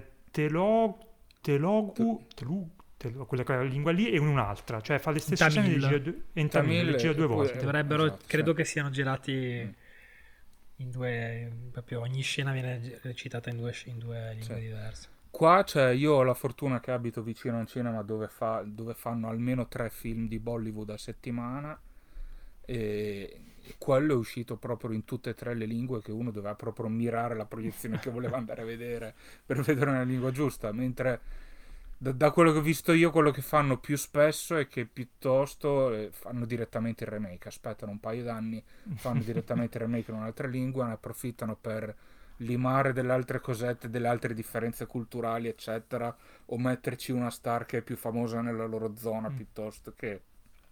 Telugu, quella lingua lì, e in un'altra, cioè fa le stesse scene in Tamil, gira 2 volte. Dovrebbero, esatto, credo che siano girati in 2, proprio ogni scena viene recitata in 2 lingue diverse. Qua io ho la fortuna che abito vicino a un cinema dove fanno almeno 3 film di Bollywood a settimana, e quello è uscito proprio in tutte e 3 le lingue, che uno doveva proprio mirare la proiezione che voleva andare a vedere per vedere nella lingua giusta, mentre da quello che ho visto io, quello che fanno più spesso è che piuttosto fanno direttamente il remake, aspettano un paio d'anni, fanno direttamente il remake in un'altra lingua, ne approfittano per limare delle altre cosette, delle altre differenze culturali eccetera, o metterci una star che è più famosa nella loro zona piuttosto che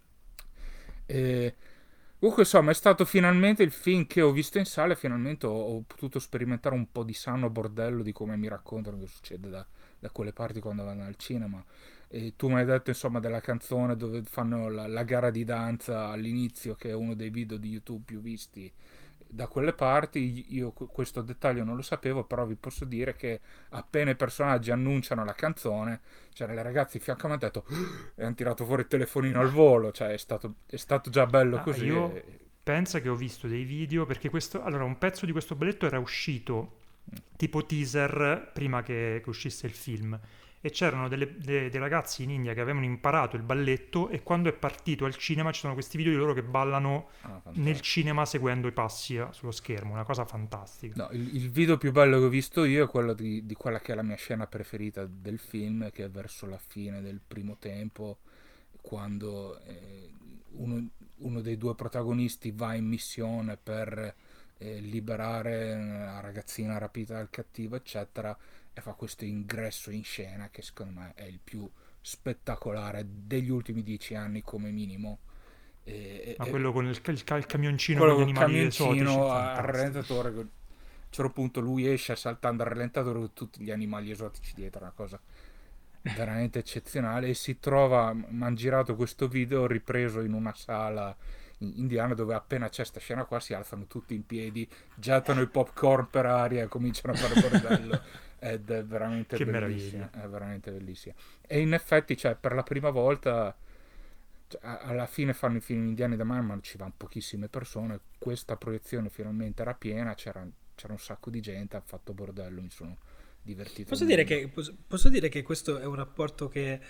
comunque insomma è stato finalmente il film che ho visto in sala, e finalmente ho potuto sperimentare un po' di sano bordello di come mi raccontano che succede da quelle parti quando vanno al cinema. E tu mi hai detto insomma della canzone dove fanno la gara di danza all'inizio, che è uno dei video di YouTube più visti da quelle parti. Io questo dettaglio non lo sapevo, però vi posso dire che appena i personaggi annunciano la canzone, c'erano le ragazze di fianco a me, hanno detto e hanno tirato fuori il telefonino al volo, cioè è stato già bello così. Io penso che ho visto dei video, perché allora un pezzo di questo balletto era uscito tipo teaser prima che uscisse il film, e c'erano dei ragazzi in India che avevano imparato il balletto, e quando è partito al cinema ci sono questi video di loro che ballano nel cinema seguendo i passi sullo schermo, una cosa fantastica. No, il video più bello che ho visto io è quello di quella che è la mia scena preferita del film, che è verso la fine del primo tempo, quando uno dei 2 protagonisti va in missione per liberare la ragazzina rapita dal cattivo eccetera, e fa questo ingresso in scena che secondo me è il più spettacolare degli ultimi 10 anni come minimo. Ma quello con il camioncino con gli animali esotici, al rallentatore, a un certo punto lui esce saltando al rallentatore con tutti gli animali esotici dietro, una cosa veramente eccezionale. E si trova, mi hanno girato questo video ripreso in una sala indiana, dove appena c'è sta scena qua si alzano tutti in piedi, gettano il popcorn per aria e cominciano a fare bordello. Ed è veramente bellissima, è veramente bellissima. E in effetti, cioè, per la prima volta, cioè, alla fine fanno i film indiani da me, ma ci vanno pochissime persone. Questa proiezione finalmente era piena, c'era un sacco di gente, ha fatto bordello, mi sono divertito. Posso dire che questo è un rapporto che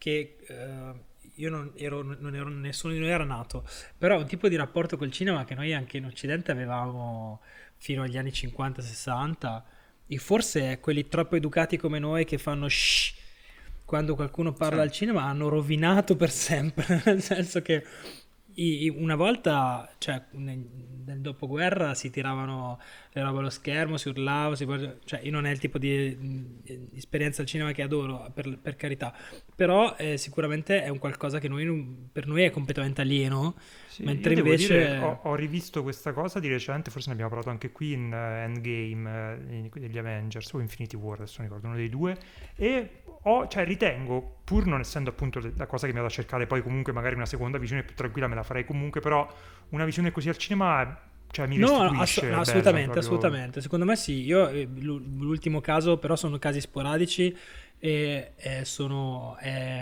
io non ero nessuno di noi era nato, però è un tipo di rapporto col cinema che noi anche in Occidente avevamo fino agli anni 50-60, e forse quelli troppo educati come noi che fanno shh quando qualcuno parla al cinema hanno rovinato per sempre, nel senso che una volta, cioè nel dopoguerra si tiravano le robe allo schermo, si urlava, cioè io non è il tipo di esperienza al cinema che adoro, per carità, però sicuramente è un qualcosa che per noi è completamente alieno, sì, mentre invece ho rivisto questa cosa di recente, forse ne abbiamo parlato anche qui in Endgame degli Avengers o Infinity War, adesso non ricordo, uno dei 2, e cioè ritengo, pur non essendo appunto la cosa che mi vado a cercare poi comunque magari una seconda visione più tranquilla me la farei comunque, però una visione così al cinema, cioè mi restituisce. No, assolutamente, assolutamente. Secondo me sì. Io l'ultimo caso, però sono casi sporadici e sono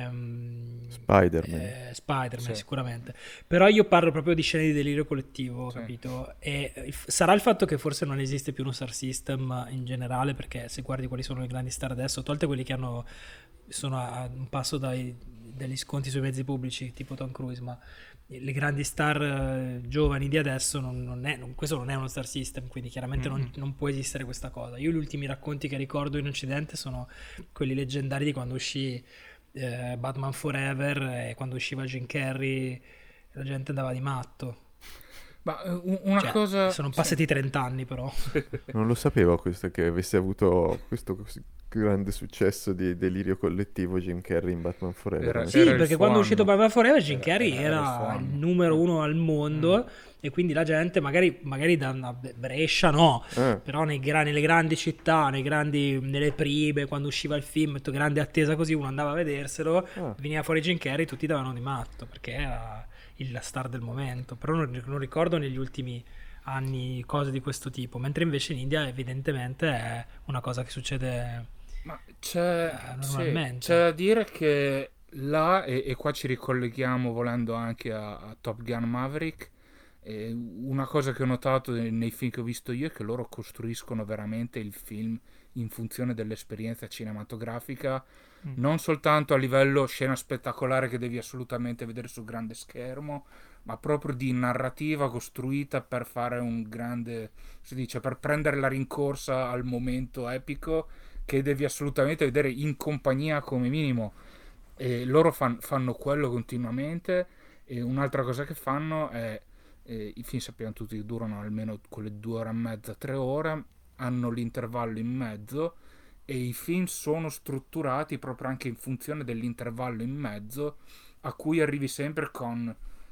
Spider-Man Sì. sicuramente. Però io parlo proprio di scene di delirio collettivo, Sì. capito? E sarà il fatto che forse non esiste più uno star system in generale, perché se guardi quali sono i grandi star adesso, tolte quelli che sono a un passo dagli sconti sui mezzi pubblici tipo Tom Cruise, ma le grandi star giovani di adesso questo non è uno star system, quindi chiaramente non può esistere questa cosa. Io gli ultimi racconti che ricordo in Occidente sono quelli leggendari di quando uscì Batman Forever, e quando usciva Jim Carrey la gente andava di matto. Ma una cosa... Sono passati 30 anni però. Non lo sapevo questo, che avesse avuto questo così grande successo di delirio collettivo Jim Carrey in Batman Forever. Sì, perché quando è uscito Batman Forever Jim Carrey era il numero uno al mondo, e quindi la gente magari da Brescia però nelle grandi città, nelle prime, quando usciva il film, grande attesa così, uno andava a vederselo, veniva fuori Jim Carrey, tutti davano di matto perché era la star del momento. Però non ricordo negli ultimi anni cose di questo tipo, mentre invece in India evidentemente è una cosa che succede normalmente. C'è da dire che là, e qua ci ricolleghiamo volendo anche a Top Gun Maverick, una cosa che ho notato nei film che ho visto io è che loro costruiscono veramente il film in funzione dell'esperienza cinematografica, non soltanto a livello scena spettacolare che devi assolutamente vedere sul grande schermo, ma proprio di narrativa costruita per fare un grande, si dice, per prendere la rincorsa al momento epico che devi assolutamente vedere in compagnia come minimo. E loro fanno quello continuamente. E un'altra cosa che fanno è i film sappiamo tutti che durano almeno quelle 2 ore e mezza, 3 ore, hanno l'intervallo in mezzo, e i film sono strutturati proprio anche in funzione dell'intervallo in mezzo, a cui arrivi sempre con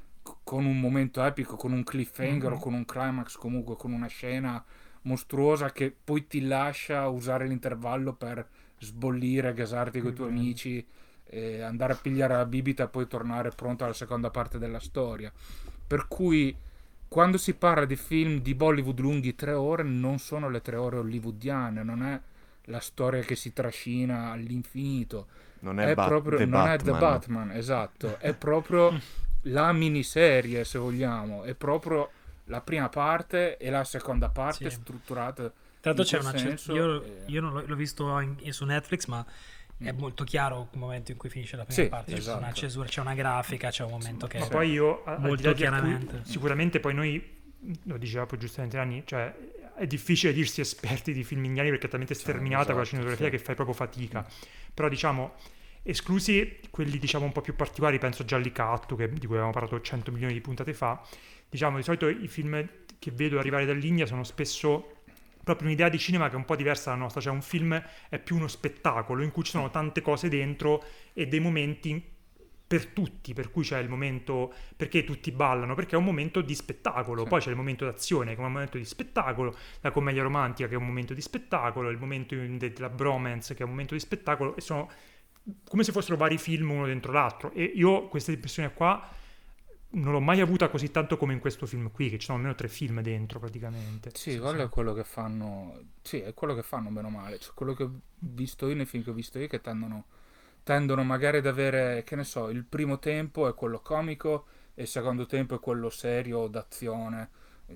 un momento epico, con un cliffhanger o con un climax, comunque con una scena mostruosa che poi ti lascia usare l'intervallo per sbollire, gasarti con i tuoi amici, andare a pigliare la bibita e poi tornare pronto alla seconda parte della storia. Per cui quando si parla di film di Bollywood lunghi 3 ore, non sono le 3 ore hollywoodiane, non è la storia che si trascina all'infinito, non è The Batman, esatto, è proprio la miniserie, se vogliamo, è proprio la prima parte e la seconda parte strutturata. Tra l'altro c'è io non l'ho visto su Netflix, ma è molto chiaro il momento in cui finisce la prima parte. C'è una cesura, c'è una grafica, c'è un momento che poi io molto chiaramente sicuramente poi noi, lo diceva poi giustamente Anni, cioè è difficile dirsi esperti di film indiani perché è talmente sterminata quella cinematografia che fai proprio fatica. Però diciamo, esclusi quelli diciamo un po' più particolari, penso a Jallikattu, di cui avevamo parlato 100 milioni di puntate fa, diciamo di solito i film che vedo arrivare dall'India sono spesso proprio un'idea di cinema che è un po' diversa dalla nostra, cioè un film è più uno spettacolo in cui ci sono tante cose dentro e dei momenti per tutti, per cui c'è il momento, perché tutti ballano, perché è un momento di spettacolo, poi c'è il momento d'azione che è un momento di spettacolo, la commedia romantica che è un momento di spettacolo, il momento della bromance che è un momento di spettacolo, e sono come se fossero vari film uno dentro l'altro, e io questa impressione qua non l'ho mai avuta così tanto come in questo film qui, che ci sono almeno 3 film dentro praticamente. Sì, quello è quello che fanno. Sì, è quello che fanno meno male. Cioè, quello che ho visto io nei film che ho visto io, che tendono magari ad avere, che ne so, il primo tempo è quello comico e il secondo tempo è quello serio d'azione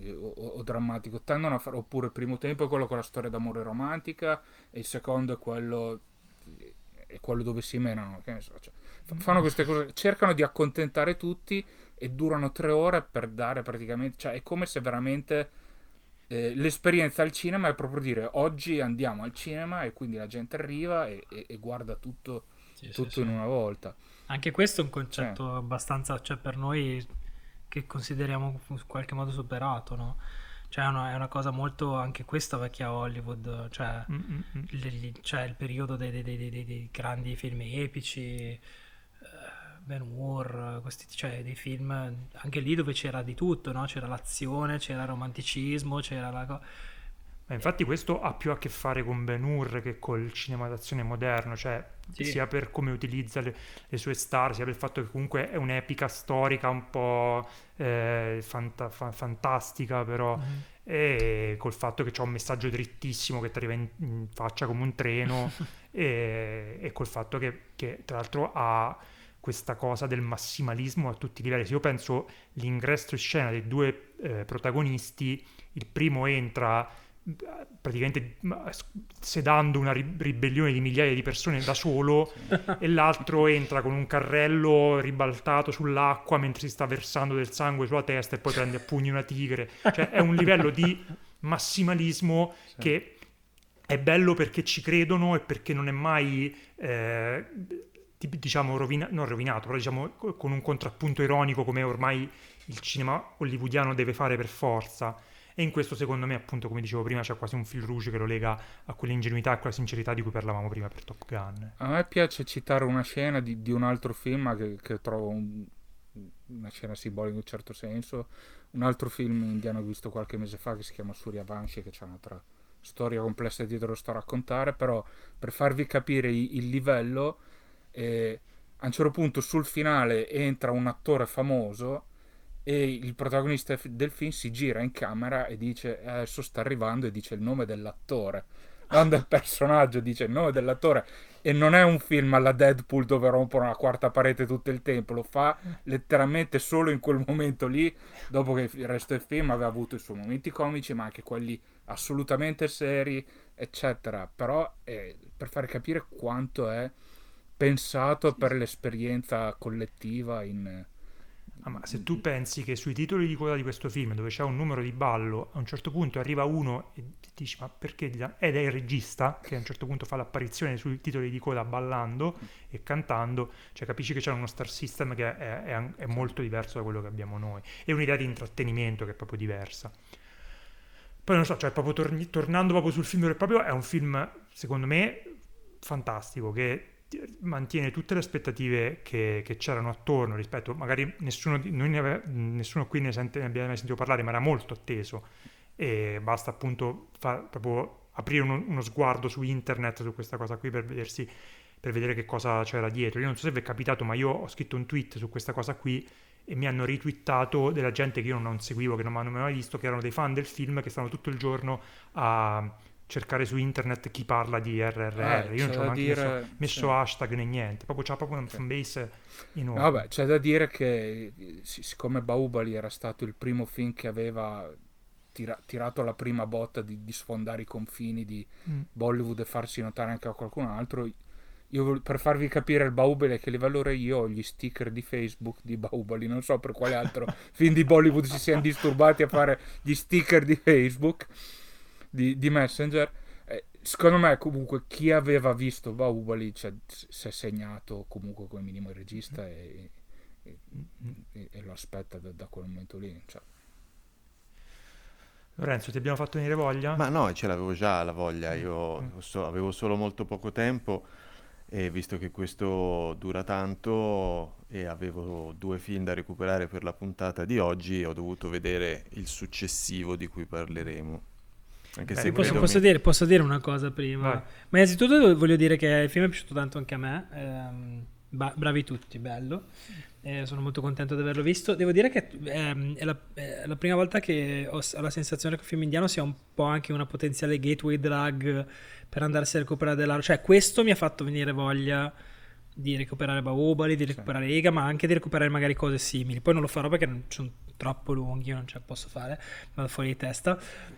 o drammatico. Tendono a fare, oppure il primo tempo è quello con la storia d'amore romantica e il secondo è quello dove si menano, che ne so, cioè, fanno queste cose, cercano di accontentare tutti e durano 3 ore per dare praticamente, cioè è come se veramente l'esperienza al cinema è proprio dire oggi andiamo al cinema, e quindi la gente arriva e guarda tutto in una volta. Anche questo è un concetto abbastanza, cioè per noi che consideriamo in qualche modo superato, no? Cioè è una cosa molto, anche questa vecchia Hollywood, cioè c'è il periodo dei grandi film epici, Ben Hur, cioè dei film anche lì dove c'era di tutto, no? C'era l'azione, c'era il romanticismo, c'era Ma infatti questo ha più a che fare con Ben-Hur che col cinema d'azione moderno, cioè sia per come utilizza le sue star, sia per il fatto che comunque è un'epica storica un po' fantastica però, e col fatto che c'è un messaggio drittissimo che ti arriva in faccia come un treno e col fatto che tra l'altro ha questa cosa del massimalismo a tutti i livelli. Se io penso l'ingresso in scena dei due protagonisti, il primo entra praticamente sedando una ribellione di migliaia di persone da solo e l'altro entra con un carrello ribaltato sull'acqua mentre si sta versando del sangue sulla testa e poi prende a pugni una tigre. Cioè è un livello di massimalismo che è bello perché ci credono e perché non è mai diciamo non rovinato, però diciamo con un contrappunto ironico come ormai il cinema hollywoodiano deve fare per forza. E in questo, secondo me, appunto, come dicevo prima, c'è quasi un fil rouge che lo lega a quell'ingenuità e a quella sincerità di cui parlavamo prima per Top Gun. A me piace citare una scena di un altro film che trovo una scena simbolica in un certo senso. Un altro film indiano che ho visto qualche mese fa che si chiama Suryavanshi, che c'è un'altra storia complessa dietro lo sto a raccontare, però per farvi capire il livello, a un certo punto sul finale entra un attore famoso e il protagonista del film si gira in camera e dice adesso sta arrivando, e dice il nome dell'attore, non del personaggio, dice il nome dell'attore. E non è un film alla Deadpool dove rompono la quarta parete tutto il tempo, lo fa letteralmente solo in quel momento lì, dopo che il resto del film aveva avuto i suoi momenti comici ma anche quelli assolutamente seri eccetera. Però per fare capire quanto è pensato per l'esperienza collettiva ma se tu pensi che sui titoli di coda di questo film, dove c'è un numero di ballo, a un certo punto arriva uno e ti dici ma perché? Ed è il regista che a un certo punto fa l'apparizione sui titoli di coda ballando e cantando, cioè capisci che c'è uno star system che è molto diverso da quello che abbiamo noi, e un'idea di intrattenimento che è proprio diversa. Poi non so, cioè proprio tornando proprio sul film vero e proprio, è un film secondo me fantastico, che mantiene tutte le aspettative che c'erano attorno rispetto, magari nessuno qui ne abbia mai sentito parlare, ma era molto atteso, e basta appunto proprio aprire uno sguardo su internet su questa cosa qui per vedere che cosa c'era dietro. Io non so se vi è capitato, ma io ho scritto un tweet su questa cosa qui e mi hanno retweetato della gente che io non seguivo, che non mi hanno mai visto, che erano dei fan del film, che stavano tutto il giorno a cercare su internet chi parla di RRR. Io non ci ho neanche messo hashtag né niente, c'ha proprio una fanbase enorme. Vabbè, c'è da dire che siccome Bahubali era stato il primo film che aveva tirato la prima botta di sfondare i confini di Bollywood e farsi notare anche a qualcun altro, io per farvi capire il Bahubali a che livello ero, io ho gli sticker di Facebook di Bahubali, non so per quale altro film di Bollywood si siano disturbati a fare gli sticker di Facebook di Messenger. Secondo me comunque chi aveva visto Bahubali si è segnato comunque come minimo il regista e lo aspetta da quel momento lì, cioè. Lorenzo, ti abbiamo fatto venire voglia? Ma no, ce l'avevo già la voglia, io avevo solo molto poco tempo, e visto che questo dura tanto e avevo 2 film da recuperare per la puntata di oggi, ho dovuto vedere il successivo di cui parleremo. Anche se posso dire una cosa prima. Vai. Ma innanzitutto voglio dire che il film è piaciuto tanto anche a me. Bravi tutti, bello. Sono molto contento di averlo visto. Devo dire che è la prima volta che ho la sensazione che il film indiano sia un po' anche una potenziale gateway drug per andarsi a recuperare dell'arte. Cioè questo mi ha fatto venire voglia di recuperare Bahubali, di recuperare Ega, ma anche di recuperare magari cose simili. Poi non lo farò perché non sono troppo lunghi, io non ce la posso fare, vado fuori di testa.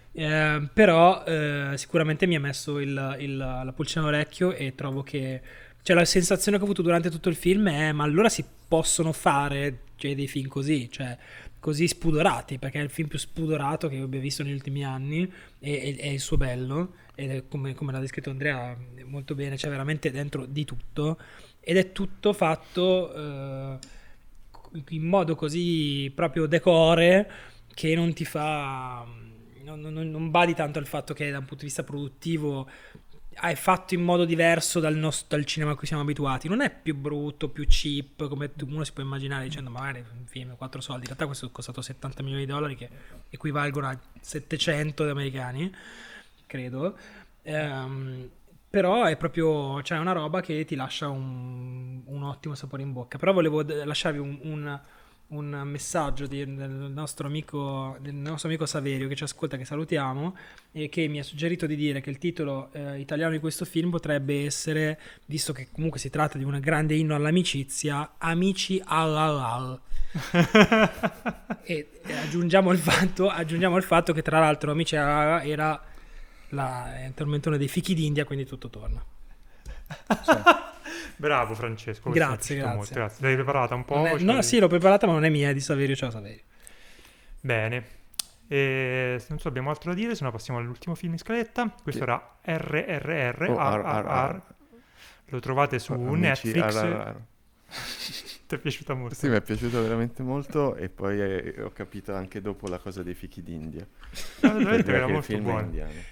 Però sicuramente mi ha messo la pulce all'orecchio, e trovo che, cioè, la sensazione che ho avuto durante tutto il film è: ma allora si possono fare, cioè, dei film così, cioè così spudorati, perché è il film più spudorato che abbia visto negli ultimi anni, e è il suo bello, ed è come l'ha descritto Andrea molto bene, c'è veramente dentro di tutto, ed è tutto fatto in modo così proprio decore, che non ti fa non badi tanto al fatto che da un punto di vista produttivo è fatto in modo diverso dal cinema a cui siamo abituati. Non è più brutto, più cheap, come uno si può immaginare dicendo magari un film 4 soldi. In realtà questo è costato $70 milioni, che equivalgono a 700 americani. credo. Però è proprio, cioè, una roba che ti lascia un ottimo sapore in bocca. Però volevo lasciarvi un messaggio del nostro amico Saverio, che ci ascolta, che salutiamo, e che mi ha suggerito di dire che il titolo italiano di questo film potrebbe essere, visto che comunque si tratta di un grande inno all'amicizia, Amici all'alal. E aggiungiamo il fatto che tra l'altro Amici all'alal era il tormentone dei fichi d'India, quindi tutto torna. Bravo Francesco, grazie. Molto, grazie. L'hai preparata un po'? Sì, l'ho preparata, ma non è mia, è di Saverio. Ciao Saverio. Bene, non so, abbiamo altro da dire, se no passiamo all'ultimo film in scaletta. Questo era RRR. Lo trovate su Netflix. Ti è piaciuta molto? Sì, mi è piaciuto veramente molto, e poi ho capito anche dopo la cosa dei fichi d'India. Veramente era molto film buono. indiano.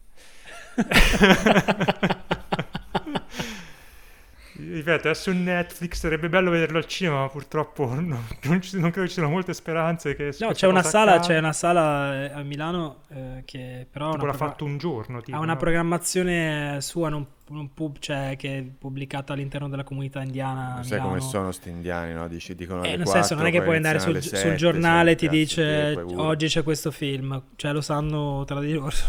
Ripeto, è su Netflix, sarebbe bello vederlo al cinema, ma purtroppo non credo ci siano molte speranze che c'è una sala a Milano che però l'ha fatto un giorno, tipo, ha una programmazione sua, non cioè, che è pubblicata all'interno della comunità indiana. Non sai come sono sti indiani, no? Dicono alle nel 4, senso, non è che puoi andare sul 7, giornale e ti dice oggi c'è questo film, cioè lo sanno tra di loro.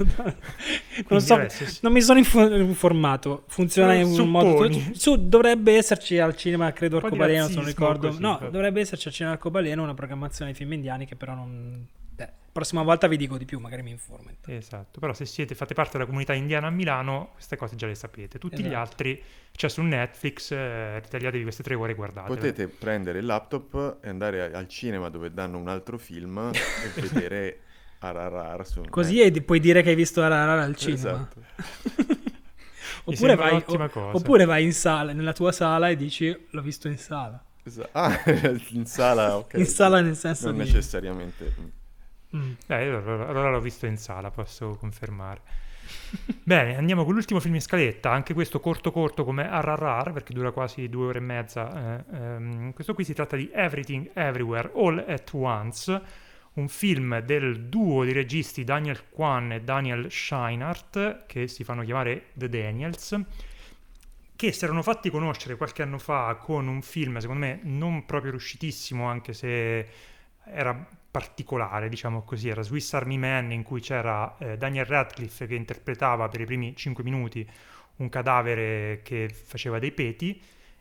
Non mi sono informato. Funziona in un modo. Dovrebbe esserci al cinema, credo, Arcobaleno, se non ricordo. Così, dovrebbe esserci al cinema Arcobaleno una programmazione di film indiani che però non. Prossima volta vi dico di più, magari mi informo. Esatto, però se fate parte della comunità indiana a Milano, queste cose già le sapete. Tutti gli altri c'è su Netflix, ritagliatevi queste 3 ore e guardate. Potete prendere il laptop e andare al cinema dove danno un altro film e vedere RRR su così Netflix. E puoi dire che hai visto RRR al cinema. Esatto. Oppure vai in sala, nella tua sala, e dici l'ho visto in sala. In sala, ok. In sala nel senso non necessariamente. Allora l'ho visto in sala, posso confermare. Bene, andiamo con l'ultimo film in scaletta, anche questo corto come RRR, perché dura quasi 2 ore e mezza. Questo qui si tratta di Everything Everywhere All at Once, un film del duo di registi Daniel Kwan e Daniel Scheinert, che si fanno chiamare The Daniels, che si erano fatti conoscere qualche anno fa con un film, secondo me, non proprio riuscitissimo, anche se era particolare, diciamo così. Era Swiss Army Man, in cui c'era Daniel Radcliffe che interpretava per i primi 5 minuti un cadavere che faceva dei peti,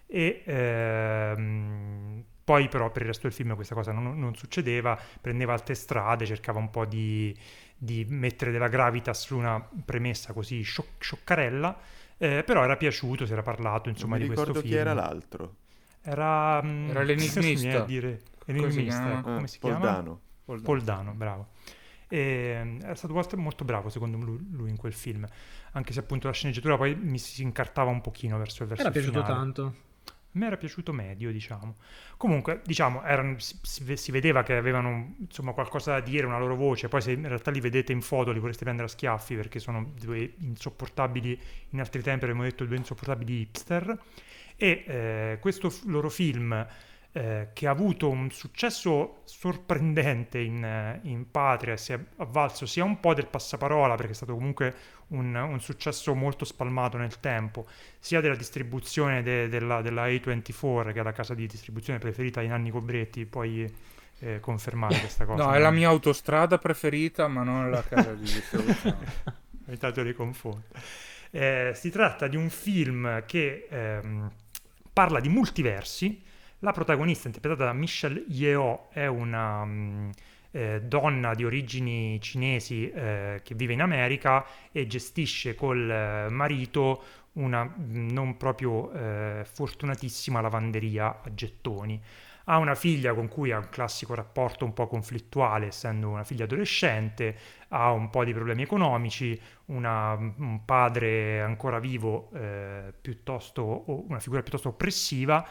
e poi però per il resto del film questa cosa non succedeva, prendeva altre strade, cercava un po' di mettere della gravitas su una premessa così scioccarella, però era piaciuto, si era parlato insomma di questo film. Non mi ricordo chi era l'altro. Era l'enigmista. Come si chiama? Paul Dano, bravo. È stato molto bravo secondo lui in quel film, anche se appunto la sceneggiatura poi mi si incartava un pochino verso il finale. Era piaciuto tanto. A me era piaciuto medio, diciamo. Comunque, diciamo, si vedeva che avevano insomma qualcosa da dire, una loro voce. Poi se in realtà li vedete in foto li vorreste prendere a schiaffi, perché sono 2 insopportabili, in altri tempi avremmo detto 2 insopportabili hipster. E questo loro film, che ha avuto un successo sorprendente in patria, si è avvalso sia un po' del passaparola, perché è stato comunque un successo molto spalmato nel tempo, sia della distribuzione della A24, che è la casa di distribuzione preferita di Nanni Cobretti. Poi confermare questa cosa. No, è la mia autostrada preferita, ma non la casa di distribuzione. Ogni tanto li confondo. Si tratta di un film che parla di multiversi. La protagonista, interpretata da Michelle Yeoh, è una donna di origini cinesi che vive in America e gestisce col marito una non proprio fortunatissima lavanderia a gettoni. Ha una figlia con cui ha un classico rapporto un po' conflittuale, essendo una figlia adolescente, ha un po' di problemi economici, un padre ancora vivo, una figura piuttosto oppressiva,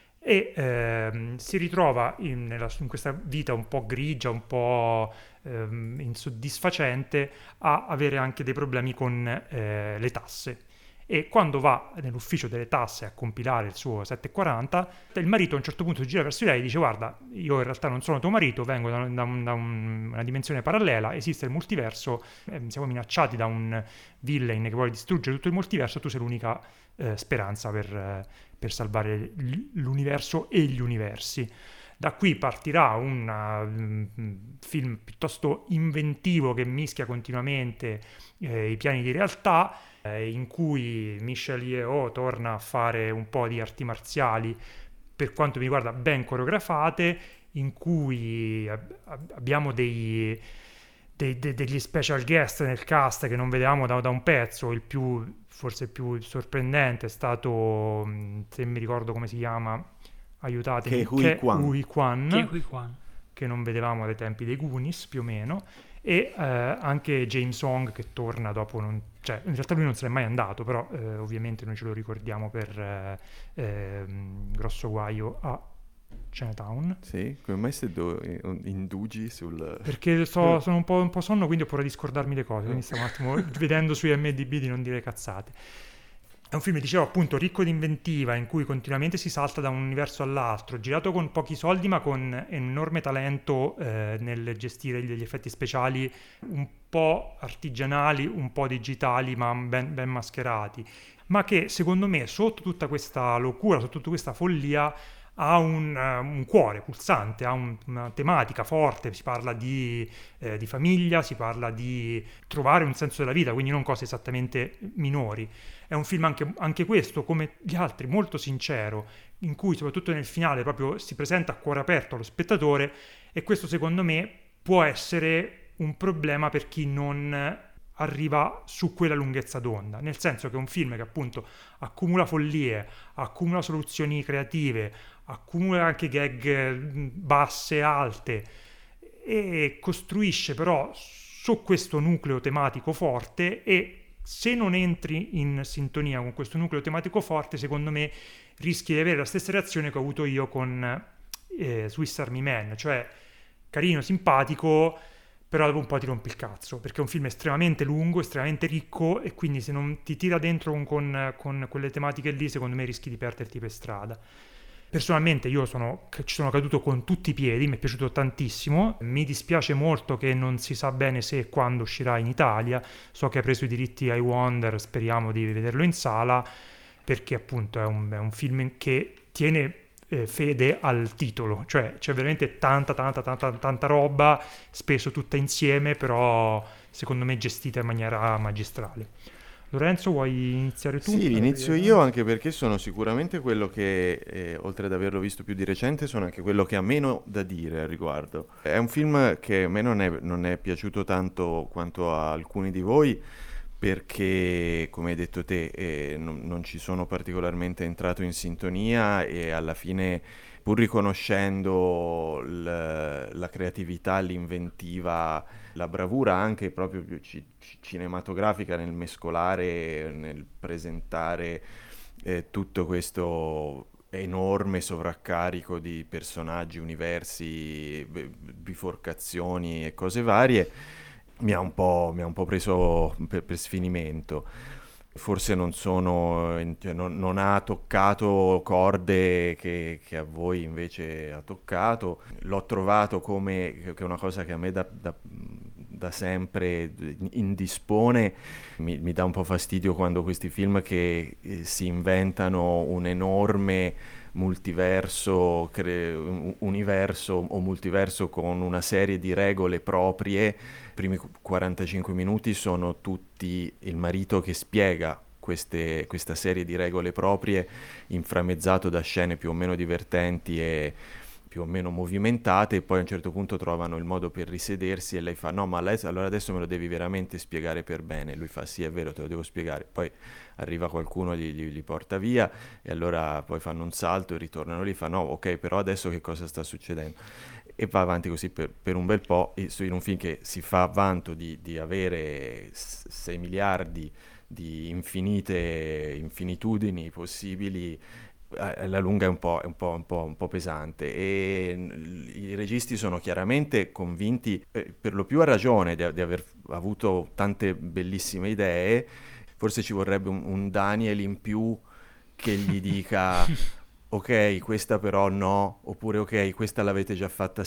e si ritrova in questa vita un po' grigia, un po' insoddisfacente, a avere anche dei problemi con le tasse. e quando va nell'ufficio delle tasse a compilare il suo 740, il marito a un certo punto si gira verso lei e dice: guarda, io in realtà non sono tuo marito, vengo da una dimensione parallela, esiste il multiverso, siamo minacciati da un villain che vuole distruggere tutto il multiverso, tu sei l'unica speranza per salvare l'universo e gli universi. Da qui partirà un film piuttosto inventivo che mischia continuamente i piani di realtà, in cui Michelle Yeoh torna a fare un po' di arti marziali, per quanto mi riguarda ben coreografate, in cui abbiamo degli special guest nel cast che non vedevamo da un pezzo. Forse il più sorprendente è stato, se mi ricordo come si chiama, aiutatemi, Ke Huy Quan, che non vedevamo dai tempi dei Goonies più o meno, e anche James Hong che torna dopo, in realtà lui non se n'è mai andato, però ovviamente noi ce lo ricordiamo per Grosso Guaio a Chinatown. Sì, come mai sei indugi sul... Perché sono un po' sonno, quindi ho paura di scordarmi le cose, quindi stiamo un attimo vedendo su IMDb di non dire cazzate. È un film, dicevo, appunto, ricco di inventiva, in cui continuamente si salta da un universo all'altro, girato con pochi soldi ma con enorme talento nel gestire degli effetti speciali un po' artigianali, un po' digitali, ma ben mascherati, ma che secondo me sotto tutta questa locura, sotto tutta questa follia, ha un cuore pulsante, ha una tematica forte, si parla di famiglia, si parla di trovare un senso della vita, quindi non cose esattamente minori. È un film anche questo, come gli altri, molto sincero, in cui soprattutto nel finale proprio si presenta a cuore aperto allo spettatore, e questo secondo me può essere un problema per chi non arriva su quella lunghezza d'onda, nel senso che è un film che appunto accumula follie, accumula soluzioni creative, accumula anche gag basse e alte, e costruisce però su questo nucleo tematico forte, e se non entri in sintonia con questo nucleo tematico forte, secondo me rischi di avere la stessa reazione che ho avuto io con Swiss Army Man, cioè carino, simpatico, però dopo un po' ti rompi il cazzo, perché è un film estremamente lungo, estremamente ricco, e quindi se non ti tira dentro con quelle tematiche lì, secondo me rischi di perderti per strada. Personalmente io ci sono caduto con tutti i piedi, mi è piaciuto tantissimo, mi dispiace molto che non si sa bene se e quando uscirà in Italia, so che ha preso i diritti ai Wonder, speriamo di vederlo in sala, perché appunto è un film che tiene fede al titolo, cioè c'è veramente tanta roba, spesso tutta insieme, però secondo me gestita in maniera magistrale. Lorenzo, vuoi iniziare tu? Sì, inizio io, anche perché sono sicuramente quello che, oltre ad averlo visto più di recente, sono anche quello che ha meno da dire al riguardo. È un film che a me non è piaciuto tanto quanto a alcuni di voi, perché, come hai detto te, non ci sono particolarmente entrato in sintonia, e alla fine, pur riconoscendo la creatività, l'inventiva, la bravura anche proprio più cinematografica nel mescolare, nel presentare tutto questo enorme sovraccarico di personaggi, universi, biforcazioni e cose varie, mi ha un po' preso per sfinimento. Forse non ha toccato corde che a voi invece ha toccato. L'ho trovato che è una cosa che a me da sempre indispone. Mi dà un po' fastidio quando questi film che si inventano un enorme multiverso, universo o multiverso con una serie di regole proprie. I primi 45 minuti sono tutti il marito che spiega questa serie di regole proprie, inframmezzato da scene più o meno divertenti e più o meno movimentate, e poi a un certo punto trovano il modo per risedersi, e lei fa: no, ma allora adesso me lo devi veramente spiegare per bene. Lui fa: sì, è vero, te lo devo spiegare. Poi arriva qualcuno, li porta via, e allora poi fanno un salto e ritornano lì, fa: no, ok, però adesso che cosa sta succedendo? E va avanti così per un bel po', in un film che si fa vanto di avere 6 miliardi di infinitudini possibili. Alla lunga è un po' pesante, e i registi sono chiaramente convinti, per lo più a ragione, di aver avuto tante bellissime idee, forse ci vorrebbe un Daniel in più che gli dica ok, questa però no, oppure ok, questa l'avete già fatta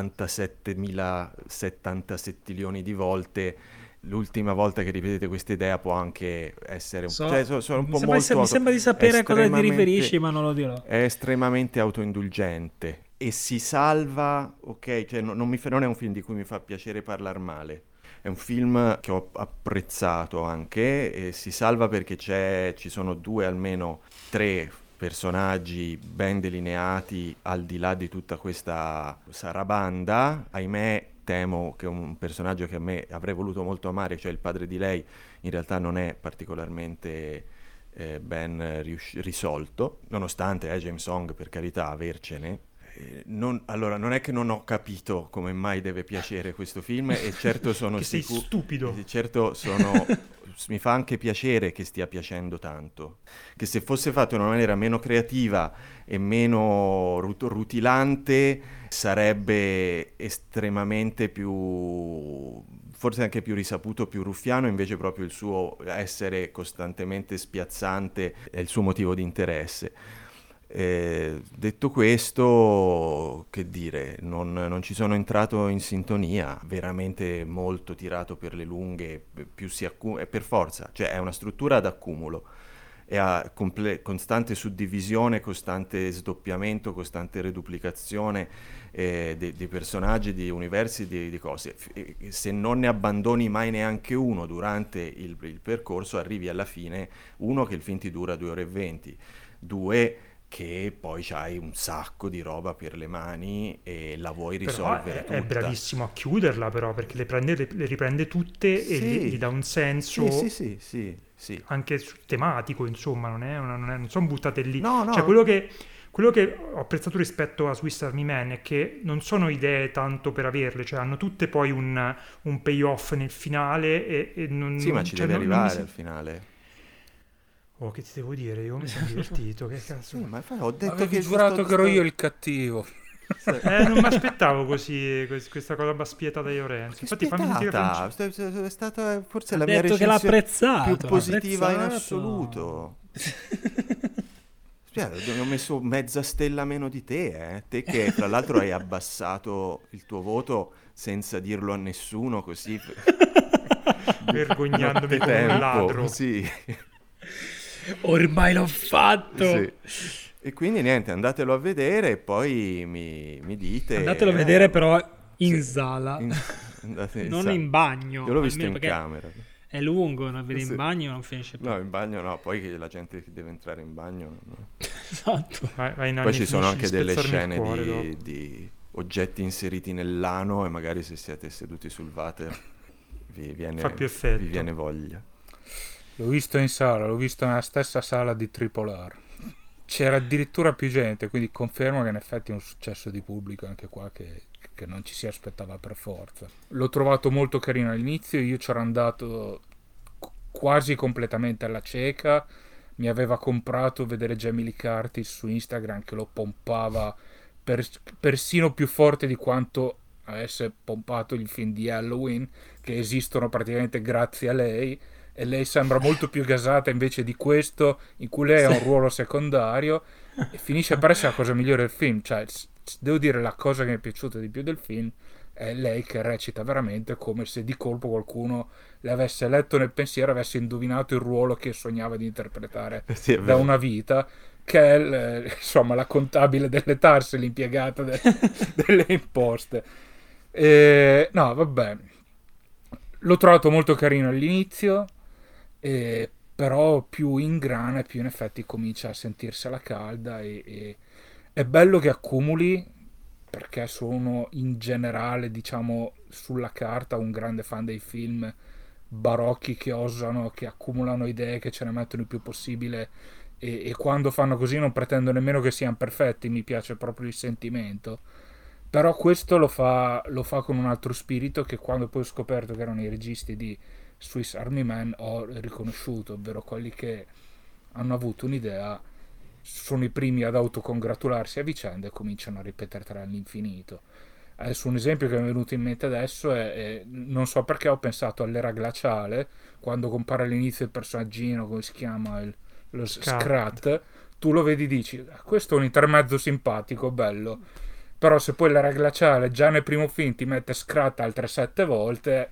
77.077 di volte, l'ultima volta che ripetete questa idea può anche essere sono un po' molto mi sembra di sapere a cosa ti riferisci, ma non lo dirò. È estremamente autoindulgente e si salva, ok, cioè non è un film di cui mi fa piacere parlare male. È un film che ho apprezzato anche e si salva perché ci sono almeno tre personaggi ben delineati al di là di tutta questa sarabanda. Ahimè, temo che un personaggio che a me avrei voluto molto amare, cioè il padre di lei, in realtà non è particolarmente ben risolto, nonostante James Hong, per carità, avercene. Allora, non è che non ho capito come mai deve piacere questo film e certo sono che sei stupido. Certo mi fa anche piacere che stia piacendo tanto, che se fosse fatto in una maniera meno creativa e meno rutilante sarebbe estremamente più, forse anche più risaputo, più ruffiano, invece proprio il suo essere costantemente spiazzante è il suo motivo di interesse. Detto questo, che dire, non ci sono entrato in sintonia, veramente molto tirato per le lunghe, più si accumula, per forza, cioè è una struttura ad accumulo, è a costante suddivisione, costante sdoppiamento, costante reduplicazione dei personaggi, di universi, di cose. Se non ne abbandoni mai neanche uno durante il percorso, arrivi alla fine, uno, che il film ti dura 2 ore e 20, due, che poi c'hai un sacco di roba per le mani e la vuoi risolvere tutta. È bravissimo a chiuderla, però, perché le riprende tutte e gli dà un senso sì. anche tematico, insomma, non sono buttate lì. No. Cioè, quello che ho apprezzato rispetto a Swiss Army Man è che non sono idee tanto per averle, cioè hanno tutte poi un payoff nel finale e non... Sì, ma ci deve arrivare al finale. Oh, che ti devo dire? Io mi sono divertito, che cazzo. Sì, ma ho detto avevi giurato che ero io il cattivo. Non mi aspettavo così questa cosa spietata di Lorenzo. Infatti fammi sentire è stata forse la mia recensione più positiva in assoluto. Ho messo mezza stella meno di te, te che tra l'altro hai abbassato il tuo voto senza dirlo a nessuno, così vergognandomi come un ladro. Sì. Ormai l'ho fatto. Sì. E quindi niente, andatelo a vedere e poi mi dite. Andatelo a vedere però in sala, non sala. In bagno. Io l'ho visto in camera. È lungo, non vedi in bagno non finisce più. No, in bagno no, poi che la gente che deve entrare in bagno. No. Esatto. Poi ci sono anche delle scene di oggetti inseriti nell'ano e magari se siete seduti sul water vi viene voglia. L'ho visto in sala, l'ho visto nella stessa sala di Triple R. C'era addirittura più gente, quindi confermo che in effetti è un successo di pubblico anche qua che non ci si aspettava per forza. L'ho trovato molto carino all'inizio, io c'ero andato quasi completamente alla cieca, mi aveva comprato vedere Jamie Lee Curtis su Instagram che lo pompava persino più forte di quanto avesse pompato il film di Halloween, che esistono praticamente grazie a lei. E lei sembra molto più gasata invece di questo, in cui lei ha un ruolo secondario e finisce per essere la cosa migliore del film. Cioè, devo dire, la cosa che mi è piaciuta di più del film è lei che recita veramente come se di colpo qualcuno le avesse letto nel pensiero, avesse indovinato il ruolo che sognava di interpretare da una vita, che è insomma la contabile delle tasse, l'impiegata delle imposte. No, vabbè, l'ho trovato molto carino all'inizio, però più ingrana e più in effetti comincia a sentirsela calda e è bello che accumuli, perché sono in generale, diciamo, sulla carta un grande fan dei film barocchi che osano, che accumulano idee, che ce ne mettono il più possibile e quando fanno così non pretendo nemmeno che siano perfetti, mi piace proprio il sentimento. Però questo lo fa con un altro spirito che quando poi ho scoperto che erano i registi di Swiss Army Man ho riconosciuto, ovvero quelli che hanno avuto un'idea, sono i primi ad autocongratularsi a vicenda e cominciano a ripeterla all'infinito. Adesso un esempio che mi è venuto in mente adesso non so perché ho pensato all'era glaciale, quando compare all'inizio il personaggino, come si chiama, lo Scrat, tu lo vedi e dici, questo è un intermezzo simpatico, bello, però se poi l'era glaciale già nel primo film ti mette Scrat altre 7 volte,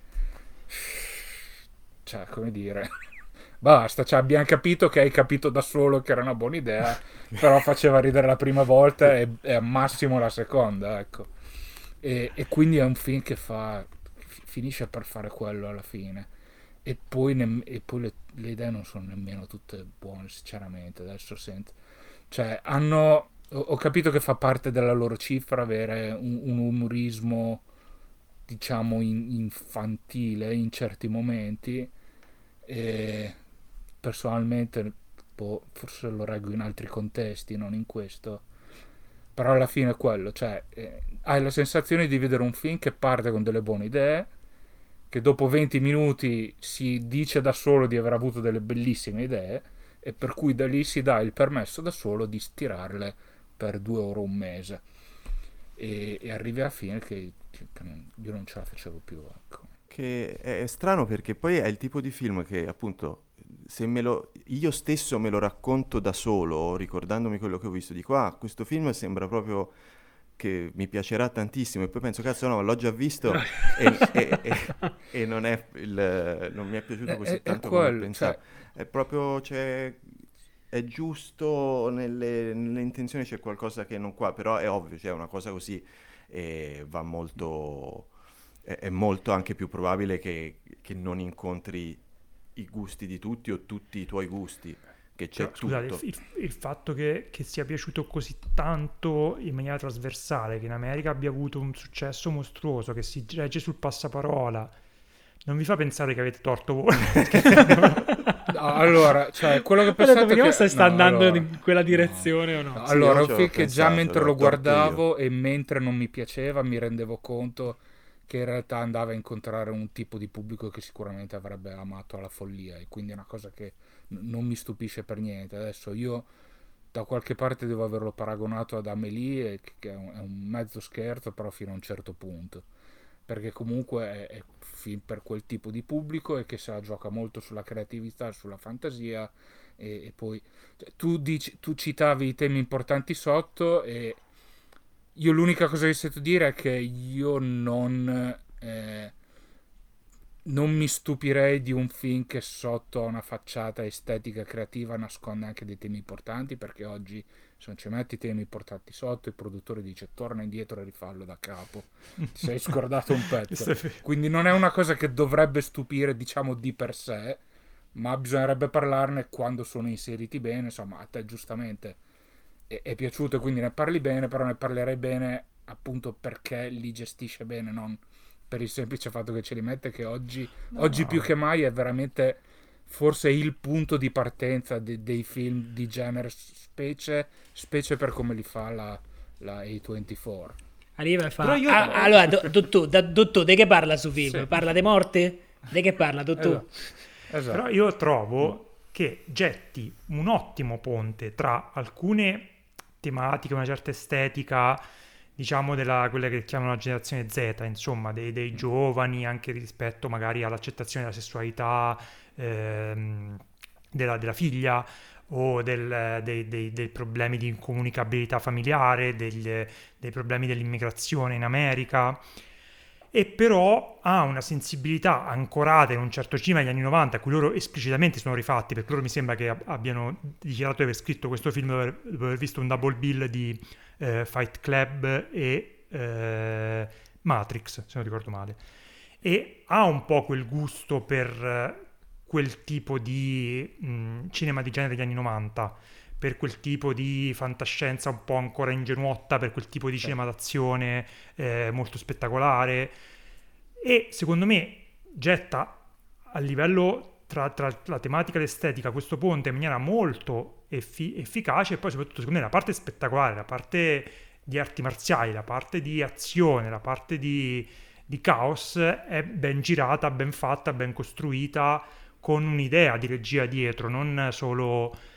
cioè, come dire, basta, cioè, abbiamo capito che hai capito da solo che era una buona idea, però faceva ridere la prima volta e al massimo la seconda, ecco. E quindi è un film che finisce per fare quello alla fine. E poi, le idee non sono nemmeno tutte buone, sinceramente. Adesso sento. Cioè, ho capito che fa parte della loro cifra avere un umorismo, diciamo, infantile in certi momenti. E personalmente, forse lo reggo in altri contesti, non in questo. Però alla fine è quello, cioè hai la sensazione di vedere un film che parte con delle buone idee, che dopo 20 minuti si dice da solo di aver avuto delle bellissime idee, e per cui da lì si dà il permesso da solo di stirarle per 2 ore un mese. E arrivi alla fine che io non ce la facevo più, ecco. Che è strano perché poi è il tipo di film che appunto io stesso me lo racconto da solo, ricordandomi quello che ho visto, dico questo film sembra proprio che mi piacerà tantissimo, e poi penso cazzo no, l'ho già visto e non mi è piaciuto così tanto come pensavo. È proprio, è giusto nelle intenzioni, c'è qualcosa che non qua, però è ovvio, c'è una cosa così va molto, è molto anche più probabile che non incontri i gusti di tutti o tutti i tuoi gusti, che c'è tutto. Scusate, il fatto che sia piaciuto così tanto in maniera trasversale, che in America abbia avuto un successo mostruoso, che si regge sul passaparola, non vi fa pensare che avete torto voi? Allora, cioè, quello che pensate vediamo che se sta andando in quella direzione o no. Allora, un film che già mentre lo guardavo e mentre non mi piaceva mi rendevo conto che in realtà andava a incontrare un tipo di pubblico che sicuramente avrebbe amato alla follia, e quindi è una cosa che non mi stupisce per niente. Adesso io da qualche parte devo averlo paragonato ad Amélie, che è un mezzo scherzo, però fino a un certo punto, perché comunque è film per quel tipo di pubblico e che se la gioca molto sulla creatività, sulla fantasia, e poi tu citavi i temi importanti sotto, e io l'unica cosa che sento dire è che io non mi stupirei di un film che sotto a una facciata estetica e creativa nasconde anche dei temi importanti, perché oggi se non ci metti i temi importanti sotto, il produttore dice torna indietro e rifallo da capo, ti sei scordato un pezzo. Quindi non è una cosa che dovrebbe stupire, diciamo, di per sé, ma bisognerebbe parlarne quando sono inseriti bene. Insomma, a te giustamente è piaciuto e quindi ne parli bene, però ne parlerei bene appunto perché li gestisce bene, non per il semplice fatto che ce li mette, che oggi più che mai è veramente forse il punto di partenza dei film di genere, specie per come li fa la A24. Arriva e fa allora Dotto, di che parla su film? Sì. Parla di morte? Di che parla Dotto? Esatto. Però io trovo che getti un ottimo ponte tra alcune tematiche, una certa estetica, diciamo quella che chiamano la generazione Z, insomma, dei giovani, anche rispetto magari all'accettazione della sessualità della figlia, o dei problemi di incomunicabilità familiare, dei problemi dell'immigrazione in America. E però ha una sensibilità ancorata in un certo cinema degli anni 90, a cui loro esplicitamente sono rifatti, perché loro mi sembra che abbiano dichiarato di aver scritto questo film dopo aver visto un double bill di Fight Club e Matrix, se non ricordo male. E ha un po' quel gusto per quel tipo di cinema di genere degli anni 90, per quel tipo di fantascienza un po' ancora ingenuotta, per quel tipo di cinema d'azione molto spettacolare, e secondo me getta a livello tra la tematica e l'estetica questo ponte in maniera molto efficace. E poi soprattutto secondo me la parte spettacolare, la parte di arti marziali, la parte di azione, la parte di caos è ben girata, ben fatta, ben costruita, con un'idea di regia dietro, non solo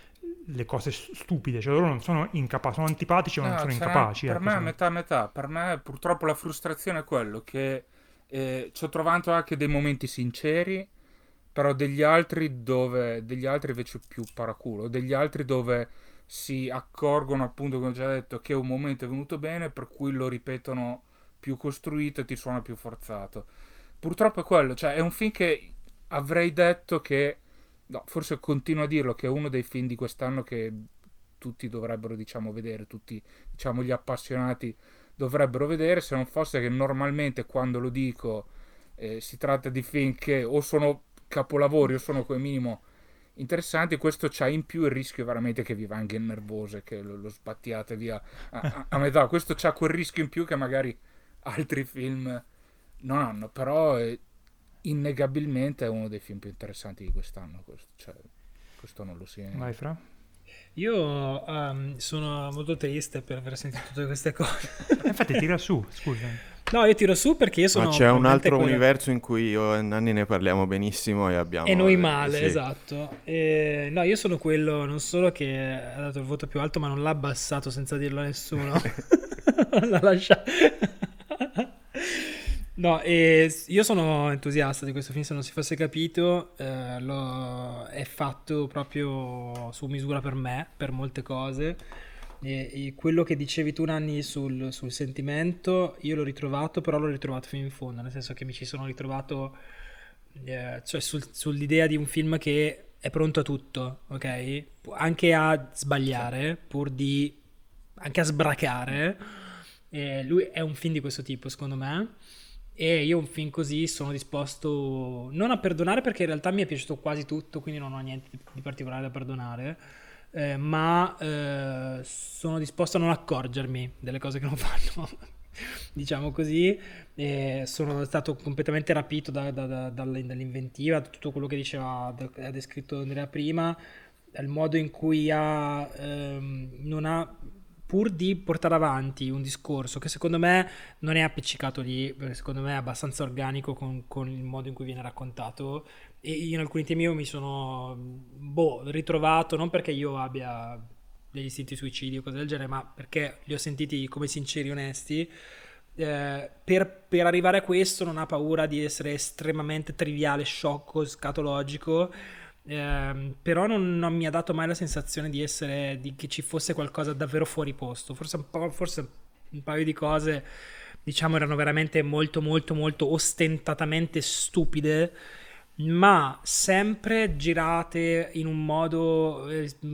le cose stupide, cioè loro non sono incapaci, sono antipatici ma non sono incapaci. Per me è metà, per me purtroppo la frustrazione è quello che ci ho trovato anche dei momenti sinceri, però degli altri invece più paraculo, degli altri dove si accorgono, appunto, come ho già detto, che un momento è venuto bene, per cui lo ripetono più costruito e ti suona più forzato. Purtroppo è quello, cioè è un film che avrei detto che, no, forse continuo a dirlo, che è uno dei film di quest'anno che tutti dovrebbero, diciamo, vedere, tutti, diciamo, gli appassionati dovrebbero vedere, se non fosse che normalmente quando lo dico si tratta di film che o sono capolavori o sono come minimo interessanti. Questo c'ha in più il rischio veramente che vi venga nervoso e che lo sbattiate via a metà. Questo c'ha quel rischio in più che magari altri film non hanno, però innegabilmente è uno dei film più interessanti di quest'anno, questo non lo si è. Vai, Fra. Io sono molto triste per aver sentito tutte queste cose. Infatti tira su, scusa. No, io tiro su perché io sono... Ma c'è un altro universo in cui io e Nanni ne parliamo benissimo e abbiamo... E noi male, sì. Esatto. No, io sono quello non solo che ha dato il voto più alto, ma non l'ha abbassato senza dirlo a nessuno. L'ha lasciato. No, io sono entusiasta di questo film, se non si fosse capito. È fatto proprio su misura per me, per molte cose. E quello che dicevi tu, Nanni, sul sentimento, io l'ho ritrovato, però l'ho ritrovato fino in fondo, nel senso che mi ci sono ritrovato cioè sull'idea di un film che è pronto a tutto, ok? Anche a sbagliare, anche a sbracare. Lui è un film di questo tipo, secondo me, e io un film così sono disposto non a perdonare, perché in realtà mi è piaciuto quasi tutto, quindi non ho niente di particolare da perdonare. Ma sono disposto a non accorgermi delle cose che non fanno, diciamo così. Sono stato completamente rapito dall'inventiva, da tutto quello che ha descritto Andrea prima, il modo in cui non ha, pur di portare avanti un discorso che secondo me non è appiccicato lì, secondo me è abbastanza organico con il modo in cui viene raccontato. E in alcuni temi io mi sono ritrovato, non perché io abbia degli istinti suicidi o cose del genere, ma perché li ho sentiti come sinceri e onesti. Per arrivare a questo non ha paura di essere estremamente triviale, sciocco, scatologico, però non mi ha dato mai la sensazione che ci fosse qualcosa davvero fuori posto. Forse un paio di cose, diciamo, erano veramente molto molto molto ostentatamente stupide, ma sempre girate in un modo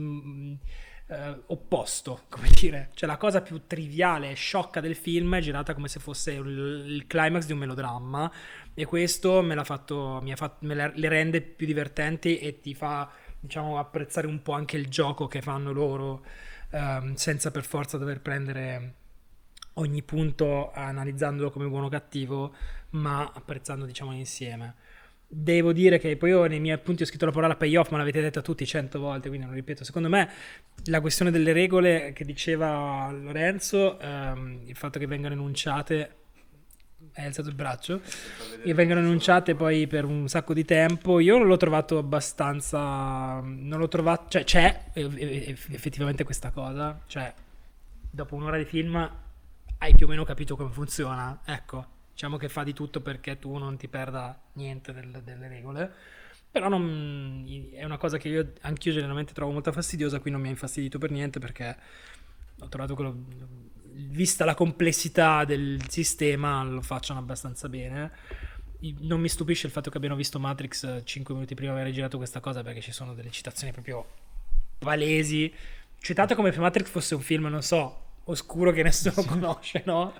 opposto, come dire. Cioè la cosa più triviale e sciocca del film è girata come se fosse il climax di un melodramma, e questo le rende più divertenti e ti fa, diciamo, apprezzare un po' anche il gioco che fanno loro, senza per forza dover prendere ogni punto analizzandolo come buono o cattivo, ma apprezzando, diciamo, insieme. Devo dire che poi io nei miei appunti ho scritto la parola payoff, ma l'avete detta tutti 100 volte, quindi non ripeto. Secondo me la questione delle regole che diceva Lorenzo, il fatto che vengano enunciate, hai alzato il braccio, che vengano enunciate poi per un sacco di tempo, io non l'ho trovato abbastanza, non l'ho trovato, cioè c'è effettivamente questa cosa, cioè dopo un'ora di film hai più o meno capito come funziona, ecco. Diciamo che fa di tutto perché tu non ti perda niente delle regole, però è una cosa che anch'io generalmente trovo molto fastidiosa. Qui non mi ha infastidito per niente, perché ho trovato vista la complessità del sistema, lo facciano abbastanza bene. Non mi stupisce il fatto che abbiano visto Matrix 5 minuti prima di aver girato questa cosa, perché ci sono delle citazioni proprio palesi, citate come se Matrix fosse un film, non so, oscuro che nessuno conosce, no?